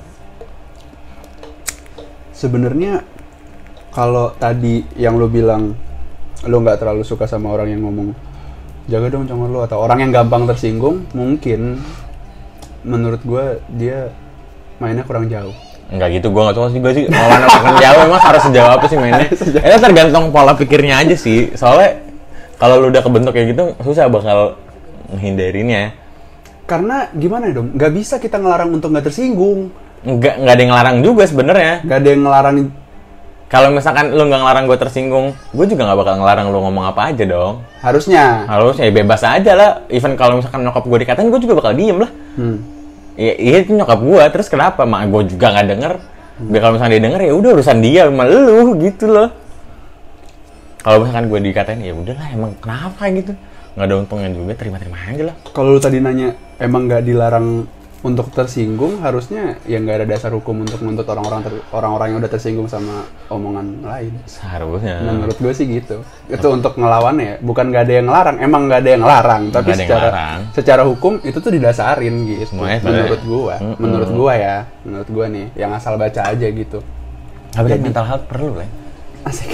Sebenarnya kalau tadi yang lo bilang lo nggak terlalu suka sama orang yang ngomong jaga dong congor lo, atau orang yang gampang tersinggung, mungkin menurut gue dia mainnya kurang jauh. Enggak gitu, gue gak suka juga sih lawan akan jauh, emang harus sejauh apa sih mainnya. Itu tergantung pola pikirnya aja sih, soalnya kalau lu udah kebentuk kayak gitu susah bakal menghindarinya. Karena gimana dong, nggak bisa kita ngelarang untuk nggak tersinggung. Nggak ada yang ngelarang juga sebenarnya. Nggak ada yang ngelarang. Kalau misalkan lu nggak ngelarang gue tersinggung, gue juga nggak bakal ngelarang lu ngomong apa aja dong. Harusnya ya bebas aja lah. Even kalau misalkan nyokap gue dikatain, gue juga bakal diem lah. Iya itu nyokap gue, terus kenapa? Mak gue juga nggak denger. Biar kalau misalkan dia denger ya udah urusan dia sama lu gitu loh. Kalau misalkan gue dikatain ya udahlah, emang kenapa gitu? Nggak ada untungnya juga, terima aja lah. Kalau lu tadi nanya emang nggak dilarang untuk tersinggung harusnya ya nggak ada dasar hukum untuk menuntut orang-orang yang udah tersinggung sama omongan lain. Seharusnya. Menurut gue sih gitu. Itu untuk ngelawan ya, bukan nggak ada yang ngelarang, emang nggak ada yang ngelarang, tapi secara hukum itu tuh didasarin gitu. Semuanya menurut gue menurut gue nih, yang asal baca aja gitu. Tapi mental health perlu lah. Asik.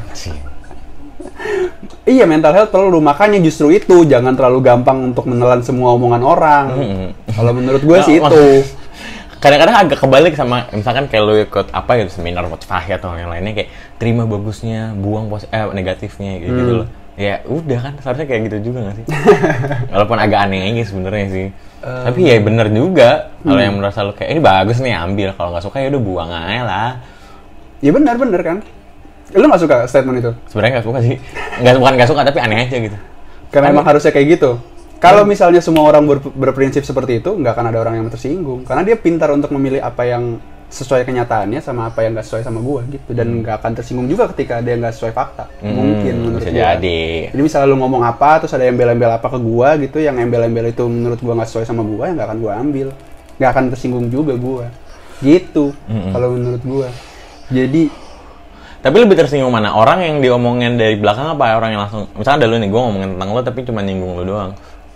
Iya, mental health perlu, makanya justru itu jangan terlalu gampang untuk menelan semua omongan orang. Kalau menurut gue sih itu. Kadang-kadang agak kebalik sama misalkan kayak lu ikut apa gitu seminar motivasi atau yang lainnya, kayak terima bagusnya, buang negatifnya gitu loh. Ya udah kan seharusnya kayak gitu juga nggak sih? Walaupun agak aneh aja sebenarnya sih. Tapi ya bener juga kalau yang merasa lu kayak ini bagus nih ambil, kalau nggak suka ya udah buang aja lah. Ya benar kan. Lu nggak suka statement itu? Sebenarnya nggak suka sih. Bukan nggak suka tapi aneh aja gitu. Karena emang harusnya kayak gitu. Kalau misalnya semua orang berprinsip seperti itu, nggak akan ada orang yang tersinggung. Karena dia pintar untuk memilih apa yang sesuai kenyataannya sama apa yang nggak sesuai sama gua gitu. Dan nggak akan tersinggung juga ketika ada yang nggak sesuai fakta. Mungkin menurut bisa gua. Jadi misalnya lu ngomong apa, terus ada embel-embel apa ke gua gitu, yang embel-embel itu menurut gua nggak sesuai sama gua, ya nggak akan gua ambil. Nggak akan tersinggung juga gua. Gitu. Kalau menurut gua. Jadi tapi lebih tersinggung mana? Orang yang diomongin dari belakang apa orang yang langsung, misalnya ada lu nih, gue ngomongin tentang lu tapi cuma nyinggung lu doang.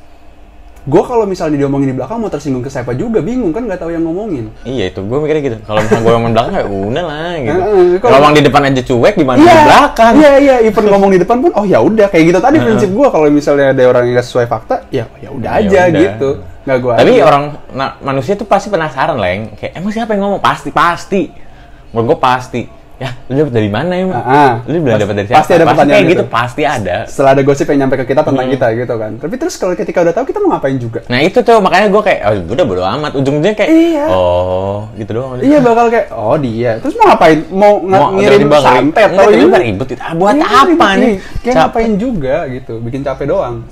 Gue kalau misalnya diomongin di belakang mau tersinggung ke siapa juga, bingung kan, nggak tahu yang ngomongin. Iya itu, gue mikirnya gitu. Kalau misalnya gue ngomongin belakang ya udah lah gitu. Kalau ngomong di depan aja cuek, gimana di belakang? Iya, even ngomong di depan pun, oh ya udah kayak gitu tadi prinsip gue. Kalau misalnya ada orang yang nggak sesuai fakta, ya udah aja gitu. Nggak gue. Tapi manusia tuh pasti penasaran lah, yang kayak emang siapa yang ngomong? Pasti. Menurut gue pasti. Ya, lu dapet dari mana ya? Lu bilang dapet dari siapa? Pasti ada pertanyaan kayak gitu, pasti ada. Setelah ada gosip yang nyampe ke kita tentang kita gitu kan. Tapi terus kalau ketika udah tahu, kita mau ngapain juga? Nah itu tuh, makanya gue kayak, udah bodo amat. Ujung-ujungnya kayak, gitu doang. Iya, bakal kayak, dia. Terus mau ngapain? Mau ngirim santet? Atau ini ribut, buat apa nih? Kayak ngapain juga gitu, bikin capek doang.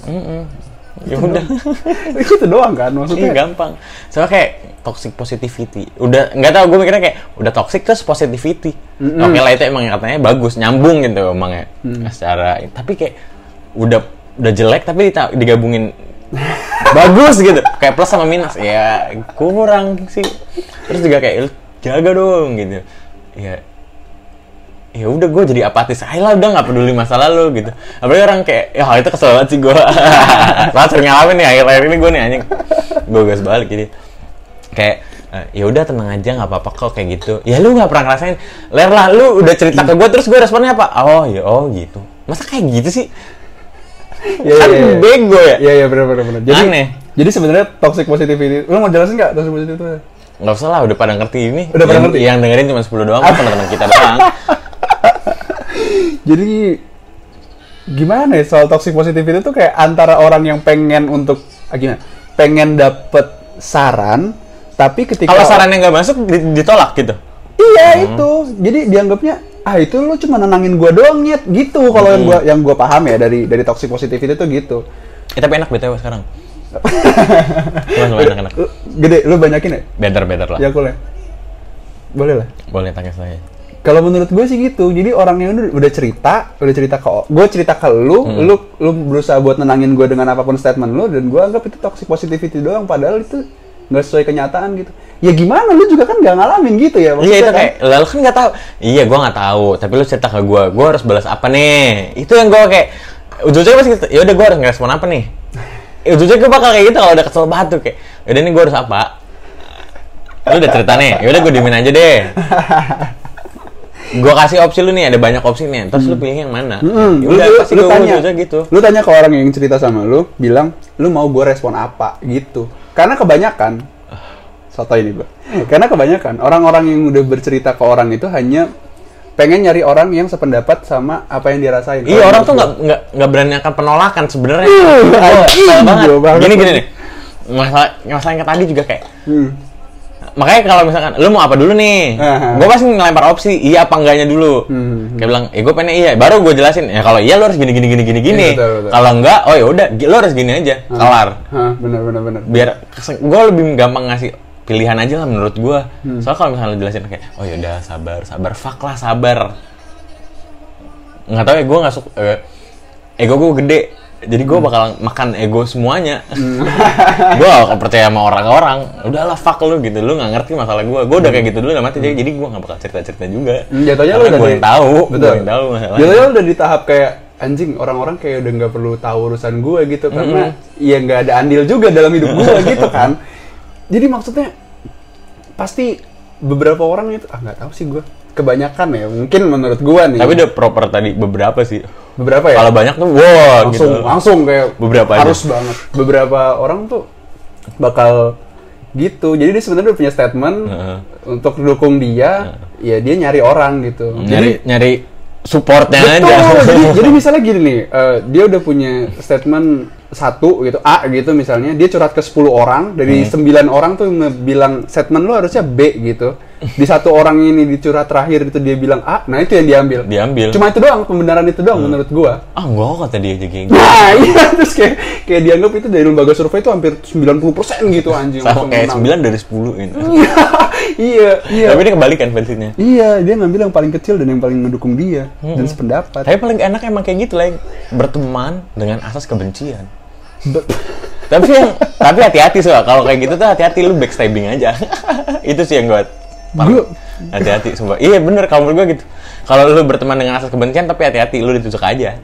Ya udah. Itu doang kan maksudnya. Gampang. Soalnya kayak toxic positivity. Udah nggak tahu, gue mikirnya kayak udah toxic terus positivity. Oke lah, itu emang katanya bagus, nyambung gitu emangnya. Secara tapi kayak udah jelek tapi digabungin bagus gitu. Kayak plus sama minus. Ya kurang sih. Terus juga kayak jaga dong gitu. Ya udah, gue jadi apatis aja lah, udah nggak peduli masa lalu gitu. Apalagi orang kayak hal itu kesel banget sih gue. Soalnya sering ngalamin nih akhir-akhir ini gue nih anjing, gue gas balik jadi kayak ya udah tenang aja, nggak apa-apa kok kayak gitu. Ya lu nggak pernah ngerasain, ler lah lu udah cerita ke gue terus gue responnya apa? Oh gitu, masa kayak gitu sih? Kan bego ya? Iya benar. Jadi aneh. Jadi sebenarnya toxic positivity, lu mau jelasin nggak toxic positivity itu? Nggak usah lah, udah pada ngerti ini. Udah pada ngerti. Yang dengerin cuma 10 doang, teman-teman kita doang. Jadi gimana ya soal toxic positivity itu, kayak antara orang yang pengen untuk pengen dapet saran, tapi ketika kalau sarannya nggak masuk ditolak gitu. Iya itu, jadi dianggapnya itu lu cuma nenangin gua doang nyet gitu. Kalau yang gua paham ya dari toxic positivity itu gitu. Tapi enak BTW sekarang. Enak. Gede, lu banyakin ya? Better lah. Ya boleh lah. Boleh tanya saya. Kalau menurut gue sih gitu. Jadi orang yang udah cerita ke gue, cerita ke lu berusaha buat nenangin gue dengan apapun statement lu, dan gue anggap itu toxic positivity doang, padahal itu nggak sesuai kenyataan gitu. Ya gimana, lu juga kan nggak ngalamin gitu ya? Iya itu kayak, lalu kan nggak tahu. Iya gue nggak tahu, tapi lu cerita ke gue harus balas apa nih? Itu yang gue kayak ujungnya pasti gitu. Ya udah gue harus ngerespon apa nih? Ujungnya gue bakal kayak gitu kalau udah kesel banget tuh, kayak yaudah nih gue harus apa? Lu udah cerita nih, yaudah gue diemin aja deh. Gue kasih opsi lu nih, ada banyak opsi nih, terus lu pilih yang mana? Udah pasti gue tanya gitu. Lu tanya ke orang yang cerita sama lu, bilang lu mau gue respon apa gitu. Karena kebanyakan soto ini gue. Karena kebanyakan orang-orang yang udah bercerita ke orang itu hanya pengen nyari orang yang sependapat sama apa yang dia rasain. Iya, orang tuh nggak berani akan penolakan sebenarnya. Banget. Gini nih. Masalah yang tadi juga kayak. Makanya kalau misalkan lu mau apa dulu nih, gue pasti ngelempar opsi iya apa enggaknya dulu. Kayak bilang, gue pengen iya, baru gue jelasin. Ya kalau iya lu harus gini. Betul. Kalau enggak, oh ya udah, lu harus gini aja, kelar. Bener. Biar gue lebih gampang ngasih pilihan aja lah menurut gue. Soalnya kalau misalnya lu jelasin kayak, oh ya udah sabar, fuck lah sabar. Nggak tahu ya, gue nggak suka. Ego gue gede. Jadi gue bakal makan ego semuanya. Gue gak percaya sama orang-orang. Udahlah fuck lu gitu. Lu gak ngerti masalah gue. Gue udah kayak gitu dulu mati. Jadi gue gak bakal cerita-cerita juga. Jatuhnya lu udah gue yang tahu. Betul. Gue yang tahu masalahnya. Jatuhnya lu udah di tahap kayak anjing, orang-orang kayak udah nggak perlu tahu urusan gue gitu. Karena ya nggak ada andil juga dalam hidup gue gitu kan. Jadi maksudnya pasti beberapa orang itu nggak tahu sih gue. Kebanyakan ya, mungkin menurut gue nih. Tapi udah proper tadi beberapa sih. Beberapa ya? Kalau banyak tuh, wow langsung kayak beberapa harus aja. banget. Beberapa orang tuh bakal gitu. Jadi dia sebenarnya udah punya statement untuk dukung dia, ya dia nyari orang gitu. Nyari supportnya Betul. aja. Jadi misalnya gini nih, dia udah punya statement satu gitu, A gitu misalnya, dia curhat ke 10 orang, dari 9 orang tuh bilang statement lu harusnya B gitu. Di satu orang ini dicurhat terakhir itu dia bilang A, nah itu yang diambil. Cuma itu doang, pembenaran itu doang menurut gua. Enggak kata dia aja kayak gitu. Nah iya, terus kayak dianggap itu dari lembaga survei itu hampir 90% gitu anjing. Sama kayak 9 dari 10 ini. Iya. Tapi ini kebalikan versinya. Iya, dia ngambil yang paling kecil dan yang paling mendukung dia dan sependapat. Tapi paling enak emang kayak gitu lah, berteman dengan asas kebencian. tapi hati-hati soal kalau kayak gitu tuh hati-hati, lu backstabbing aja. Itu sih yang gue hati-hati sumpah. Iya bener, kalau menurut gue gitu. Kalau lu berteman dengan asas kebencian tapi hati-hati, lu ditusuk aja.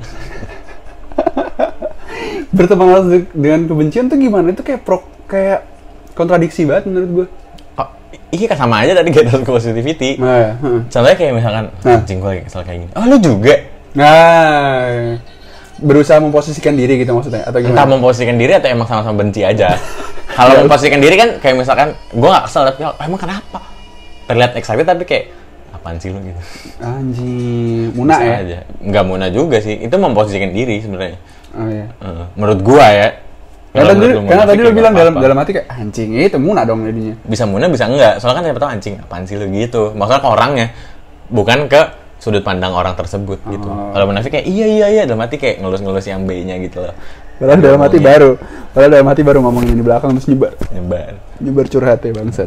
Berteman dengan kebencian tuh gimana? Itu kayak kontradiksi banget menurut gue. Iya kan sama aja tadi kita positivity. Nah, Contohnya kayak misalkan, anjing gue lagi kesel kayak gini. Oh lu juga? Nah, berusaha memposisikan diri gitu maksudnya atau gimana? Entah memposisikan diri atau emang sama-sama benci aja. Kalau memposisikan diri kan kayak misalkan gue gak kesel tapi emang kenapa? Terlihat excited tapi kayak apaan sih lu gitu. Anjing, muna ya? Aja. Nggak muna juga sih. Itu memposisikan diri sebenarnya. Oh iya. Menurut gua ya. Karena tadi lu bilang dalam hati kayak anjing itu muna dong jadinya. Bisa muna bisa enggak. Soalnya kan siapa tahu anjing apaan sih lu gitu. Maksudnya ke orangnya, bukan ke sudut pandang orang tersebut gitu. Kalau munafik kayak iya dalam hati kayak ngelus-ngelus yang B-nya gitu loh. Padahal dalam hati baru ngomongin di belakang terus nyebar curhat ya bangsat.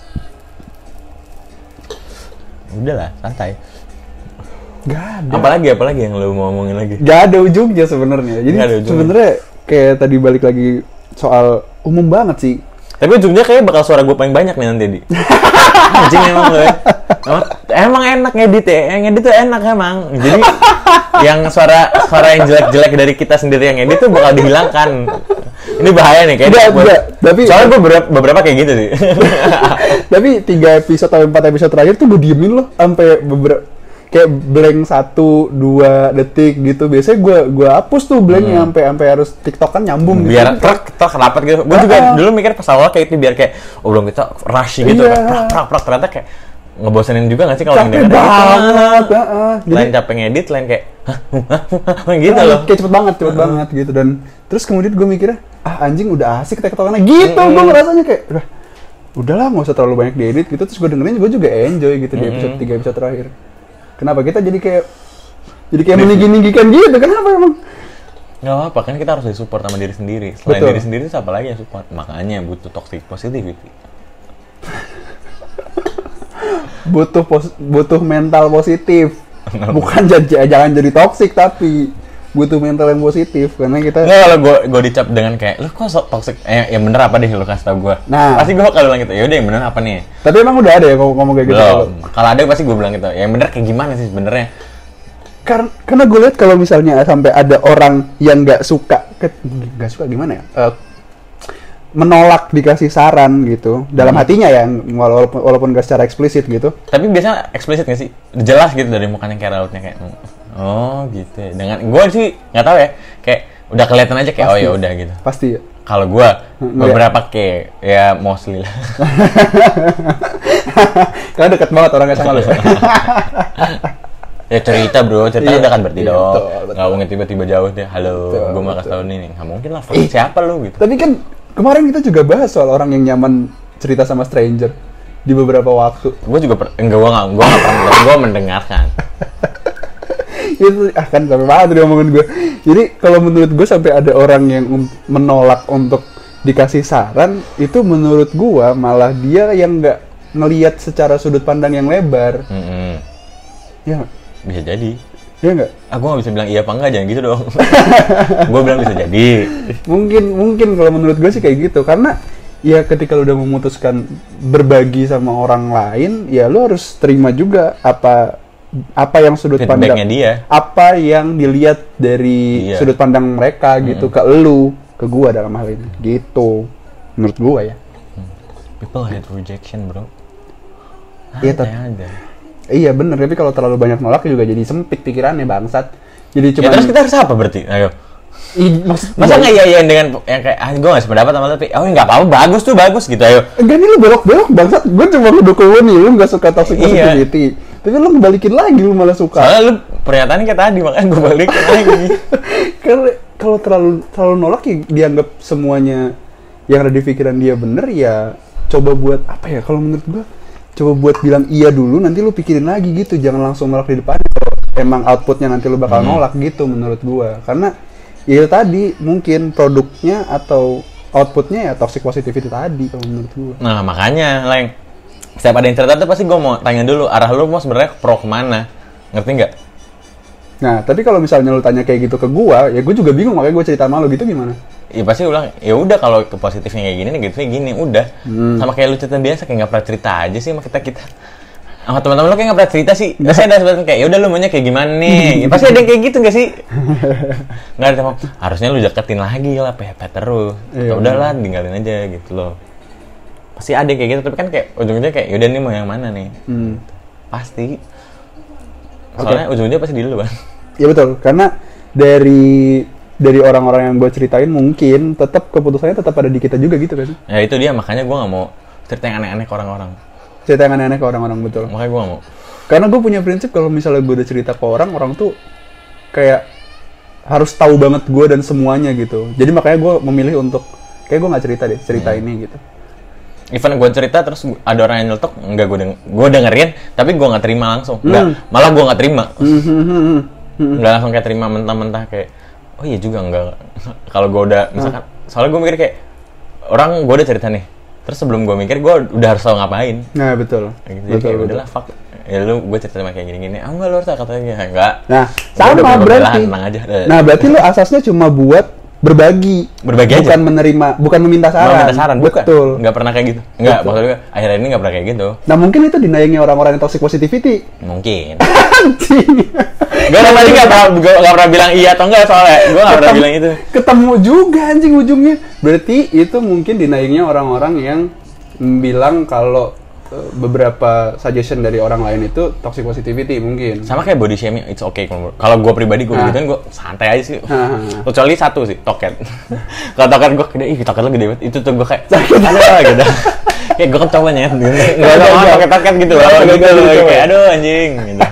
Udahlah, santai. Gak ada. Apalagi yang lu mau ngomongin lagi? Gak ada ujungnya sebenarnya. Jadi sebenarnya kayak tadi balik lagi soal umum banget sih. Tapi ujungnya kayaknya bakal suara gue paling banyak nih nanti di. Anjing emang gue. Emang enak ngedit ya. Yang ngedit tuh enak emang. Jadi yang suara yang jelek-jelek dari kita sendiri yang ngedit tuh bakal dihilangkan. Ini bahaya nih kayaknya. Tapi soalnya gue beberapa kayak gitu sih. Tapi 3 episode atau 4 episode terakhir tuh gue diemin loh sampai beberapa kayak blank 1-2 detik gitu. Biasanya gue hapus tuh blanknya sampai harus TikTok kan nyambung gitu. Biar truk rapat gitu. Gue juga dulu mikir pas awal kayak itu biar kayak belum kita rush gitu. Prak ternyata kayak ngebosenin juga nggak sih kalau yang denger gitu. Lain capek ngedit, lain kayak gitu loh. Kayak cepet banget gitu. Dan terus kemudian gue mikirnya anjing udah asik tektokannya gitu. Gue ngerasanya kayak udahlah nggak usah terlalu banyak diedit gitu. Terus gue dengerin gue juga enjoy gitu di episode 3 episode terakhir. Kenapa kita jadi kayak meninggi-ninggikan gitu? Kenapa emang? Nggak apa kan kita harus disupport sama diri sendiri. Selain diri sendiri siapa lagi yang support? Makanya butuh toxic positivity. butuh mental positif. Bukan jangan jadi toxic tapi butuh mental yang positif karena kita nggak, kalau gue dicap dengan kayak lu kok sok toxic, yang bener apa deh lu kasih tau gue. Nah pasti gue bakal bilang gitu, yaudah yang bener apa nih. Tapi emang udah ada ya ngomong kayak gitu? Kalau ada pasti gue bilang gitu, yang bener kayak gimana sih sebenarnya. Karena gue lihat kalau misalnya sampai ada orang yang nggak suka gimana ya, menolak dikasih saran gitu dalam hatinya ya, walaupun gak secara eksplisit gitu. Tapi biasanya eksplisit nggak sih, jelas gitu dari mukanya kayak rautnya kayak oh gitu ya. Dengan gue sih nggak tahu ya, kayak udah kelihatan aja kayak pasti. Oh ya udah gitu. Pasti ya. Kalau gue beberapa kayak ya mostly lah. Karena deket banget orangnya sama lu. Ya cerita bro, cerita udah kan berarti dong. Nggak mungkin tiba-tiba jauh deh. Halo, gue mau kasih tau nih. Nggak mungkin lah. Siapa lu gitu? Tapi kan kemarin kita juga bahas soal orang yang nyaman cerita sama stranger di beberapa waktu. Gue juga gue nggak pernah. Gue mendengarkan. Itu kan sampai mana tuh dia ngomongin gue. Jadi kalau menurut gue sampai ada orang yang menolak untuk dikasih saran, itu menurut gue malah dia yang nggak ngelihat secara sudut pandang yang lebar. Ya bisa jadi. Iya nggak? Aku nggak bisa bilang iya apa enggak, jangan gitu dong. Gue bilang bisa jadi. Mungkin kalau menurut gue sih kayak gitu, karena ya ketika lu udah memutuskan berbagi sama orang lain, ya lu harus terima juga apa yang sudut Feedbacknya pandang dia. apa yang dilihat dari Iya. sudut pandang mereka gitu ke lu, ke gua dalam hal ini gitu, menurut gua ya. People hate rejection, bro. Iya, Santai aja. Iya bener, tapi kalau terlalu banyak nolak juga jadi sempit pikirannya, bangsat. Jadi Ya cuma terus kita harus apa berarti? Ayo. Masa nggak iyain dengan yang kayak gue nggak sependapat sama lu, tapi oh nggak apa-apa, bagus gitu, ayo. enggak, nih lu belok-belok bangsat, gue cuma ngedukung lu nih, lu nggak suka toxic Iya. positivity, tapi lu ngebalikin lagi, lu malah suka. Soalnya lu pernyataannya kayak tadi, makanya gue balikin lagi. Karena kalau terlalu nolak ya dianggap semuanya yang ada di pikiran dia bener, ya coba buat apa ya, kalau menurut gua coba buat bilang iya dulu, nanti lu pikirin lagi gitu, jangan langsung nolak di depan. Kalau emang outputnya nanti lu bakal nolak gitu menurut gua, karena ya tadi mungkin produknya atau outputnya ya toxic positivity tadi kalau menurut gua. Nah makanya, Leng, setiap ada yang cerita tuh pasti gue mau tanya dulu arah lu mau sebenarnya pro kemana, ngerti nggak? Nah tapi kalau misalnya lu tanya kayak gitu ke gua, ya gua juga bingung, makanya gua cerita sama lu gitu gimana? Ya pasti ulang, ya udah kalau ke positifnya kayak gini, negatifnya gini, udah. Sama kayak lu cerita biasa, kayak nggak pernah cerita aja sih sama kita. Sama teman-teman lu kayak nggak pernah cerita sih. Pasti ada sebetulnya kayak, ya udah lu maunya kayak gimana nih? Ya, pasti ada yang kayak gitu nggak sih? Nggak ada sama, harusnya lu deketin lagi lah, pepet terus. Ya udahlah, tinggalin aja gitu loh. Pasti ada yang kayak gitu, tapi kan kayak ujung-ujungnya kayak, yaudah nih mau yang mana nih? Pasti. Soalnya ujung-ujungnya pasti di lu, Bang. Ya betul, karena dari orang-orang yang gue ceritain mungkin tetap keputusannya tetap ada di kita juga gitu kan sih. Ya itu dia, makanya gue nggak mau cerita yang aneh-aneh ke orang-orang. Cerita yang aneh-aneh ke orang-orang, betul. Makanya gue nggak mau. Karena gue punya prinsip kalau misalnya gue udah cerita ke orang tuh kayak harus tahu banget gue dan semuanya gitu. Jadi makanya gue memilih untuk kayak gue nggak cerita ini gitu. Even gue cerita terus ada orang yang nyeletuk, enggak, gue dengerin, tapi gue nggak terima langsung. Enggak, malah gue nggak terima. Nggak langsung kayak terima mentah-mentah kayak, oh iya juga enggak. Kalau gue udah misalkan, soalnya gue mikir kayak orang gue udah cerita nih, terus sebelum gue mikir gue udah harus tahu ngapain. Nah betul. Kayak gitu. Jadi kayak udahlah fuck. Ya lu gue cerita sama kayak gini-gini, enggak lu harus katanya enggak. Nah sama Udah, berarti. tenang aja. Nah berarti lu asasnya cuma buat berbagi aja. Bukan menerima, bukan meminta saran. Minta saran, bukan. Betul. Nggak pernah kayak gitu. Nggak, maksud gue akhir-akhir ini nggak pernah kayak gitu. Nah mungkin itu denyingnya orang-orang yang toxic positivity. Mungkin. Anjing. Gue tadi nggak pernah bilang iya atau enggak, soalnya gue nggak pernah bilang itu. Ketemu juga anjing ujungnya. Berarti itu mungkin denyingnya orang-orang yang bilang kalau beberapa suggestion dari orang lain itu toxic positivity mungkin. Sama kayak body shaming, it's okay. Kalau gue pribadi gue gituin, gue santai aja sih. Kecuali satu sih, toket. Kalau toket gue gede, ih toket lo gede banget. Itu tuh gue kayak, aduh gitu. Kayak gue kecoba nyet gitu. Gak ada mau toket gitu. Kayak aduh anjing gitu.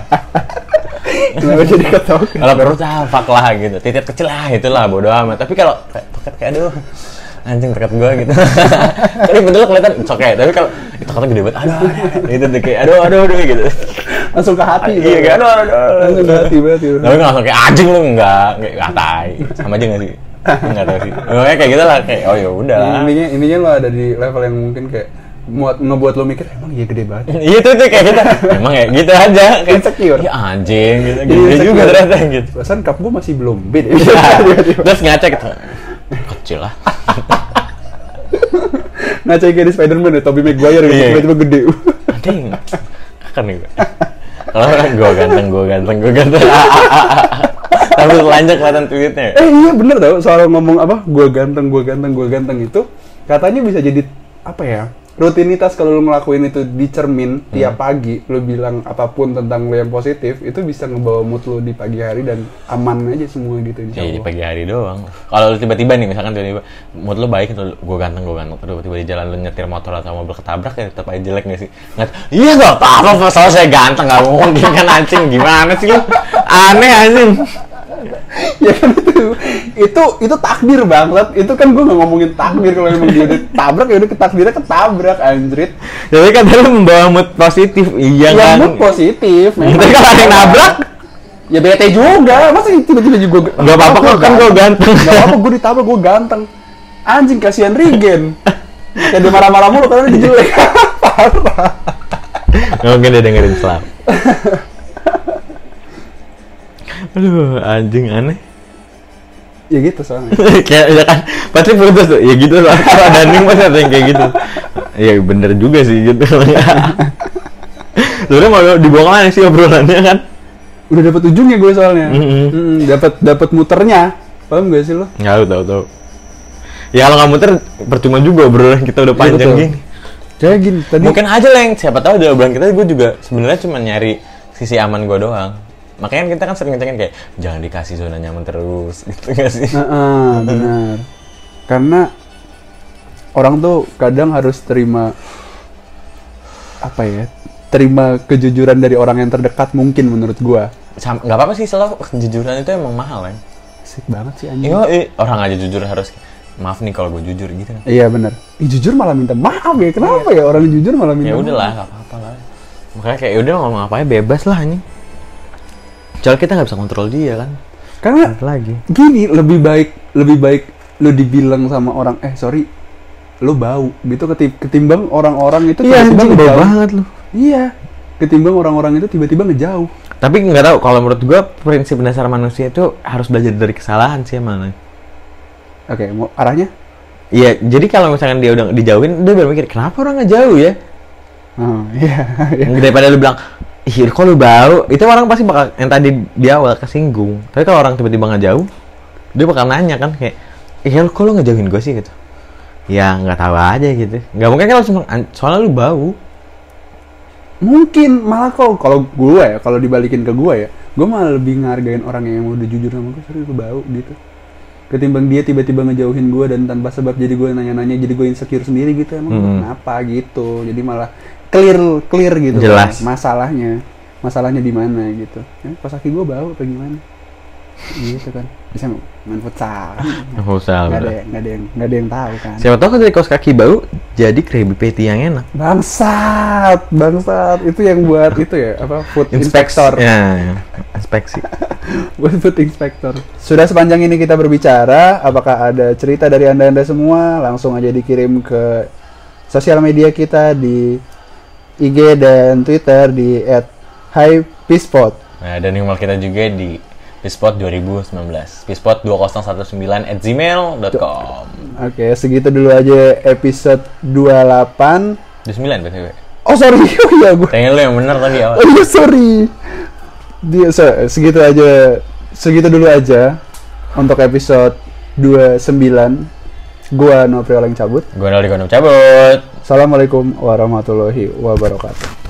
Kenapa jadi ketawa? Kalau perut fuck lah gitu. Titik kecil lah itulah bodo amat. Tapi kalau toket kayak aduh anjing toket gue gitu. Tapi betul kelihatan it's okay. Tapi kalau toketnya gede banget, aduh itu tuh kayak aduh gitu. Langsung ke hati. Iya kan, Langsung ke hati banget itu. Tapi nggak langsung kayak anjing lu, enggak tai. Sama aja nggak sih? Enggak tahu sih. Pokoknya kayak gitu lah, kayak oh ya udah lah. Intinya lo ada di level yang mungkin kayak ngebuat lo mikir emang iya gede banget. Iya tuh kayak gitu. Emang ya gitu aja. Kayak Insecure. iya anjing gitu. Gede juga ternyata gitu. Perasaan cup gue masih belum beda. Terus ngecek gitu. Kecil lah. Ngaca kayak di Spider-Man ya, Tobey Maguire gitu, tiba-tiba gede. Anjing. Kan nih gue. Kalau gue ganteng. Tapi telanjang kelihatan tweetnya. Iya bener tau, soal ngomong apa, gue ganteng itu katanya bisa jadi apa ya, rutinitas. Kalau lu ngelakuin itu di cermin tiap pagi, lu bilang apapun tentang lu yang positif, itu bisa ngebawa mood lu di pagi hari dan aman aja semua gitu. Iya di pagi hari doang. Kalau tiba-tiba nih, misalkan tiba-tiba mood lu baik, itu gue ganteng, terus tiba-tiba di jalan lu nyetir motor atau mobil ketabrak, ya tetap aja jelek nggak sih? Iya nggak apa-apa, soalnya saya ganteng, nggak mungkin kan anjing, gimana sih lu? Aneh anjing. Ya kan itu takdir banget. Itu kan gue nggak ngomongin takdir, kalau emang dia udah tabrak ya udah ketabrak anjrit. Jadi kan lu membawa mood positif, iya ya, kan? Mood positif. Tapi kalau ada yang nabrak, ya bete juga. Masa tiba-tiba juga nggak apa-apa kok, kan gue ganteng. Nggak apa-apa gue ditabrak, gue ganteng. Anjing, kasihan Regen. Kayak dia marah-marah mulu karena dia jelek. Parah. Mungkin dia dengerin Slam. Aduh, anjing aneh. Ya gitu soalnya. Kayak ya kan pasti putus tuh. Ya gitu lah. Kalau ada ning pasti ada yang kayak gitu. Ya bener juga sih gitu. Sebenarnya mau dibawa kemana sih obrolannya kan? Udah dapat ujungnya gue soalnya. Dapat muternya. Paham gak sih lo? Nggak tahu. Ya kalau nggak muter percuma juga obrolan kita udah panjang gini. Kayak gini tadi. Mungkin aja Leng, siapa tahu di obrolan kita gue juga sebenarnya cuma nyari sisi aman gue doang. Makanya kita kan sering ngecengin kayak jangan dikasih zona nyaman terus gitu nggak sih? Benar. Karena orang tuh kadang harus terima apa ya? Terima kejujuran dari orang yang terdekat mungkin menurut gua. Nggak apa-apa sih, selalu kejujuran itu emang mahal kan. Asik banget sih anjing. Orang aja jujur harus maaf nih kalau gue jujur gitu kan. Iya benar. Jujur malah minta maaf ya. Kenapa ya orang jujur malah minta maaf? Ya udahlah, nggak apa-apa lah. Makanya kayak udah ngomong apa aja bebas lah anjing. Soalnya kita nggak bisa kontrol dia kan. Karena lagi. Gini lebih baik lu dibilang sama orang sorry lu bau gitu ketimbang orang-orang itu tiba-tiba ngejauh banget lu. Iya. Ketimbang orang-orang itu tiba-tiba ngejauh. Tapi nggak tahu kalau menurut gua prinsip dasar manusia itu harus belajar dari kesalahan sih emang. Oke, mau arahnya? Iya, jadi kalau misalkan dia udah dijauhin, dia baru mikir kenapa orang ngejauh ya? Oh, iya. Daripada lu bilang ih, kok lu bau? Itu orang pasti bakal yang tadi di awal kesinggung. Tapi kalau orang tiba-tiba ngejauh, dia bakal nanya kan kayak, kok lu ngejauhin gue sih gitu? Ya nggak tahu aja gitu. Nggak mungkin kan langsung soalnya lu bau. Mungkin malah kalau gue ya, kalau dibalikin ke gue ya, gue malah lebih ngehargain orang yang udah jujur sama gue, sorry lu bau gitu. Ketimbang dia tiba-tiba ngejauhin gue dan tanpa sebab jadi gue nanya-nanya, jadi gue insecure sendiri gitu, emang kenapa gitu. Jadi malah clear gitu. Jelas. Kan, masalahnya di mana gitu. Pas kaki gue bau apa gimana? Gitu kan. Bisa main futsal kan. Futsal. Nggak ada yang tahu kan. Siapa tahu kan dari kaos kaki bau jadi Krabby Patty yang enak. Bangsat. Itu yang buat itu ya, apa? Food inspector. Ya. Inspeksi. Buat food inspector. Sudah sepanjang ini kita berbicara, apakah ada cerita dari Anda semua? Langsung aja dikirim ke sosial media kita di IG dan Twitter di @highpeacepod. Nah, dan email kita juga di peacepod2019. peacepod20119@gmail.com. Oke, segitu dulu aja episode 28. 29 BTW. Oh, sorry. Oh iya, gue. Tanya lu yang benar tadi awal. Oh iya, sorry. Segitu dulu aja untuk episode 29. Gua Noprioleng cabut. Gua Naldi Konom cabut. Assalamualaikum warahmatullahi wabarakatuh.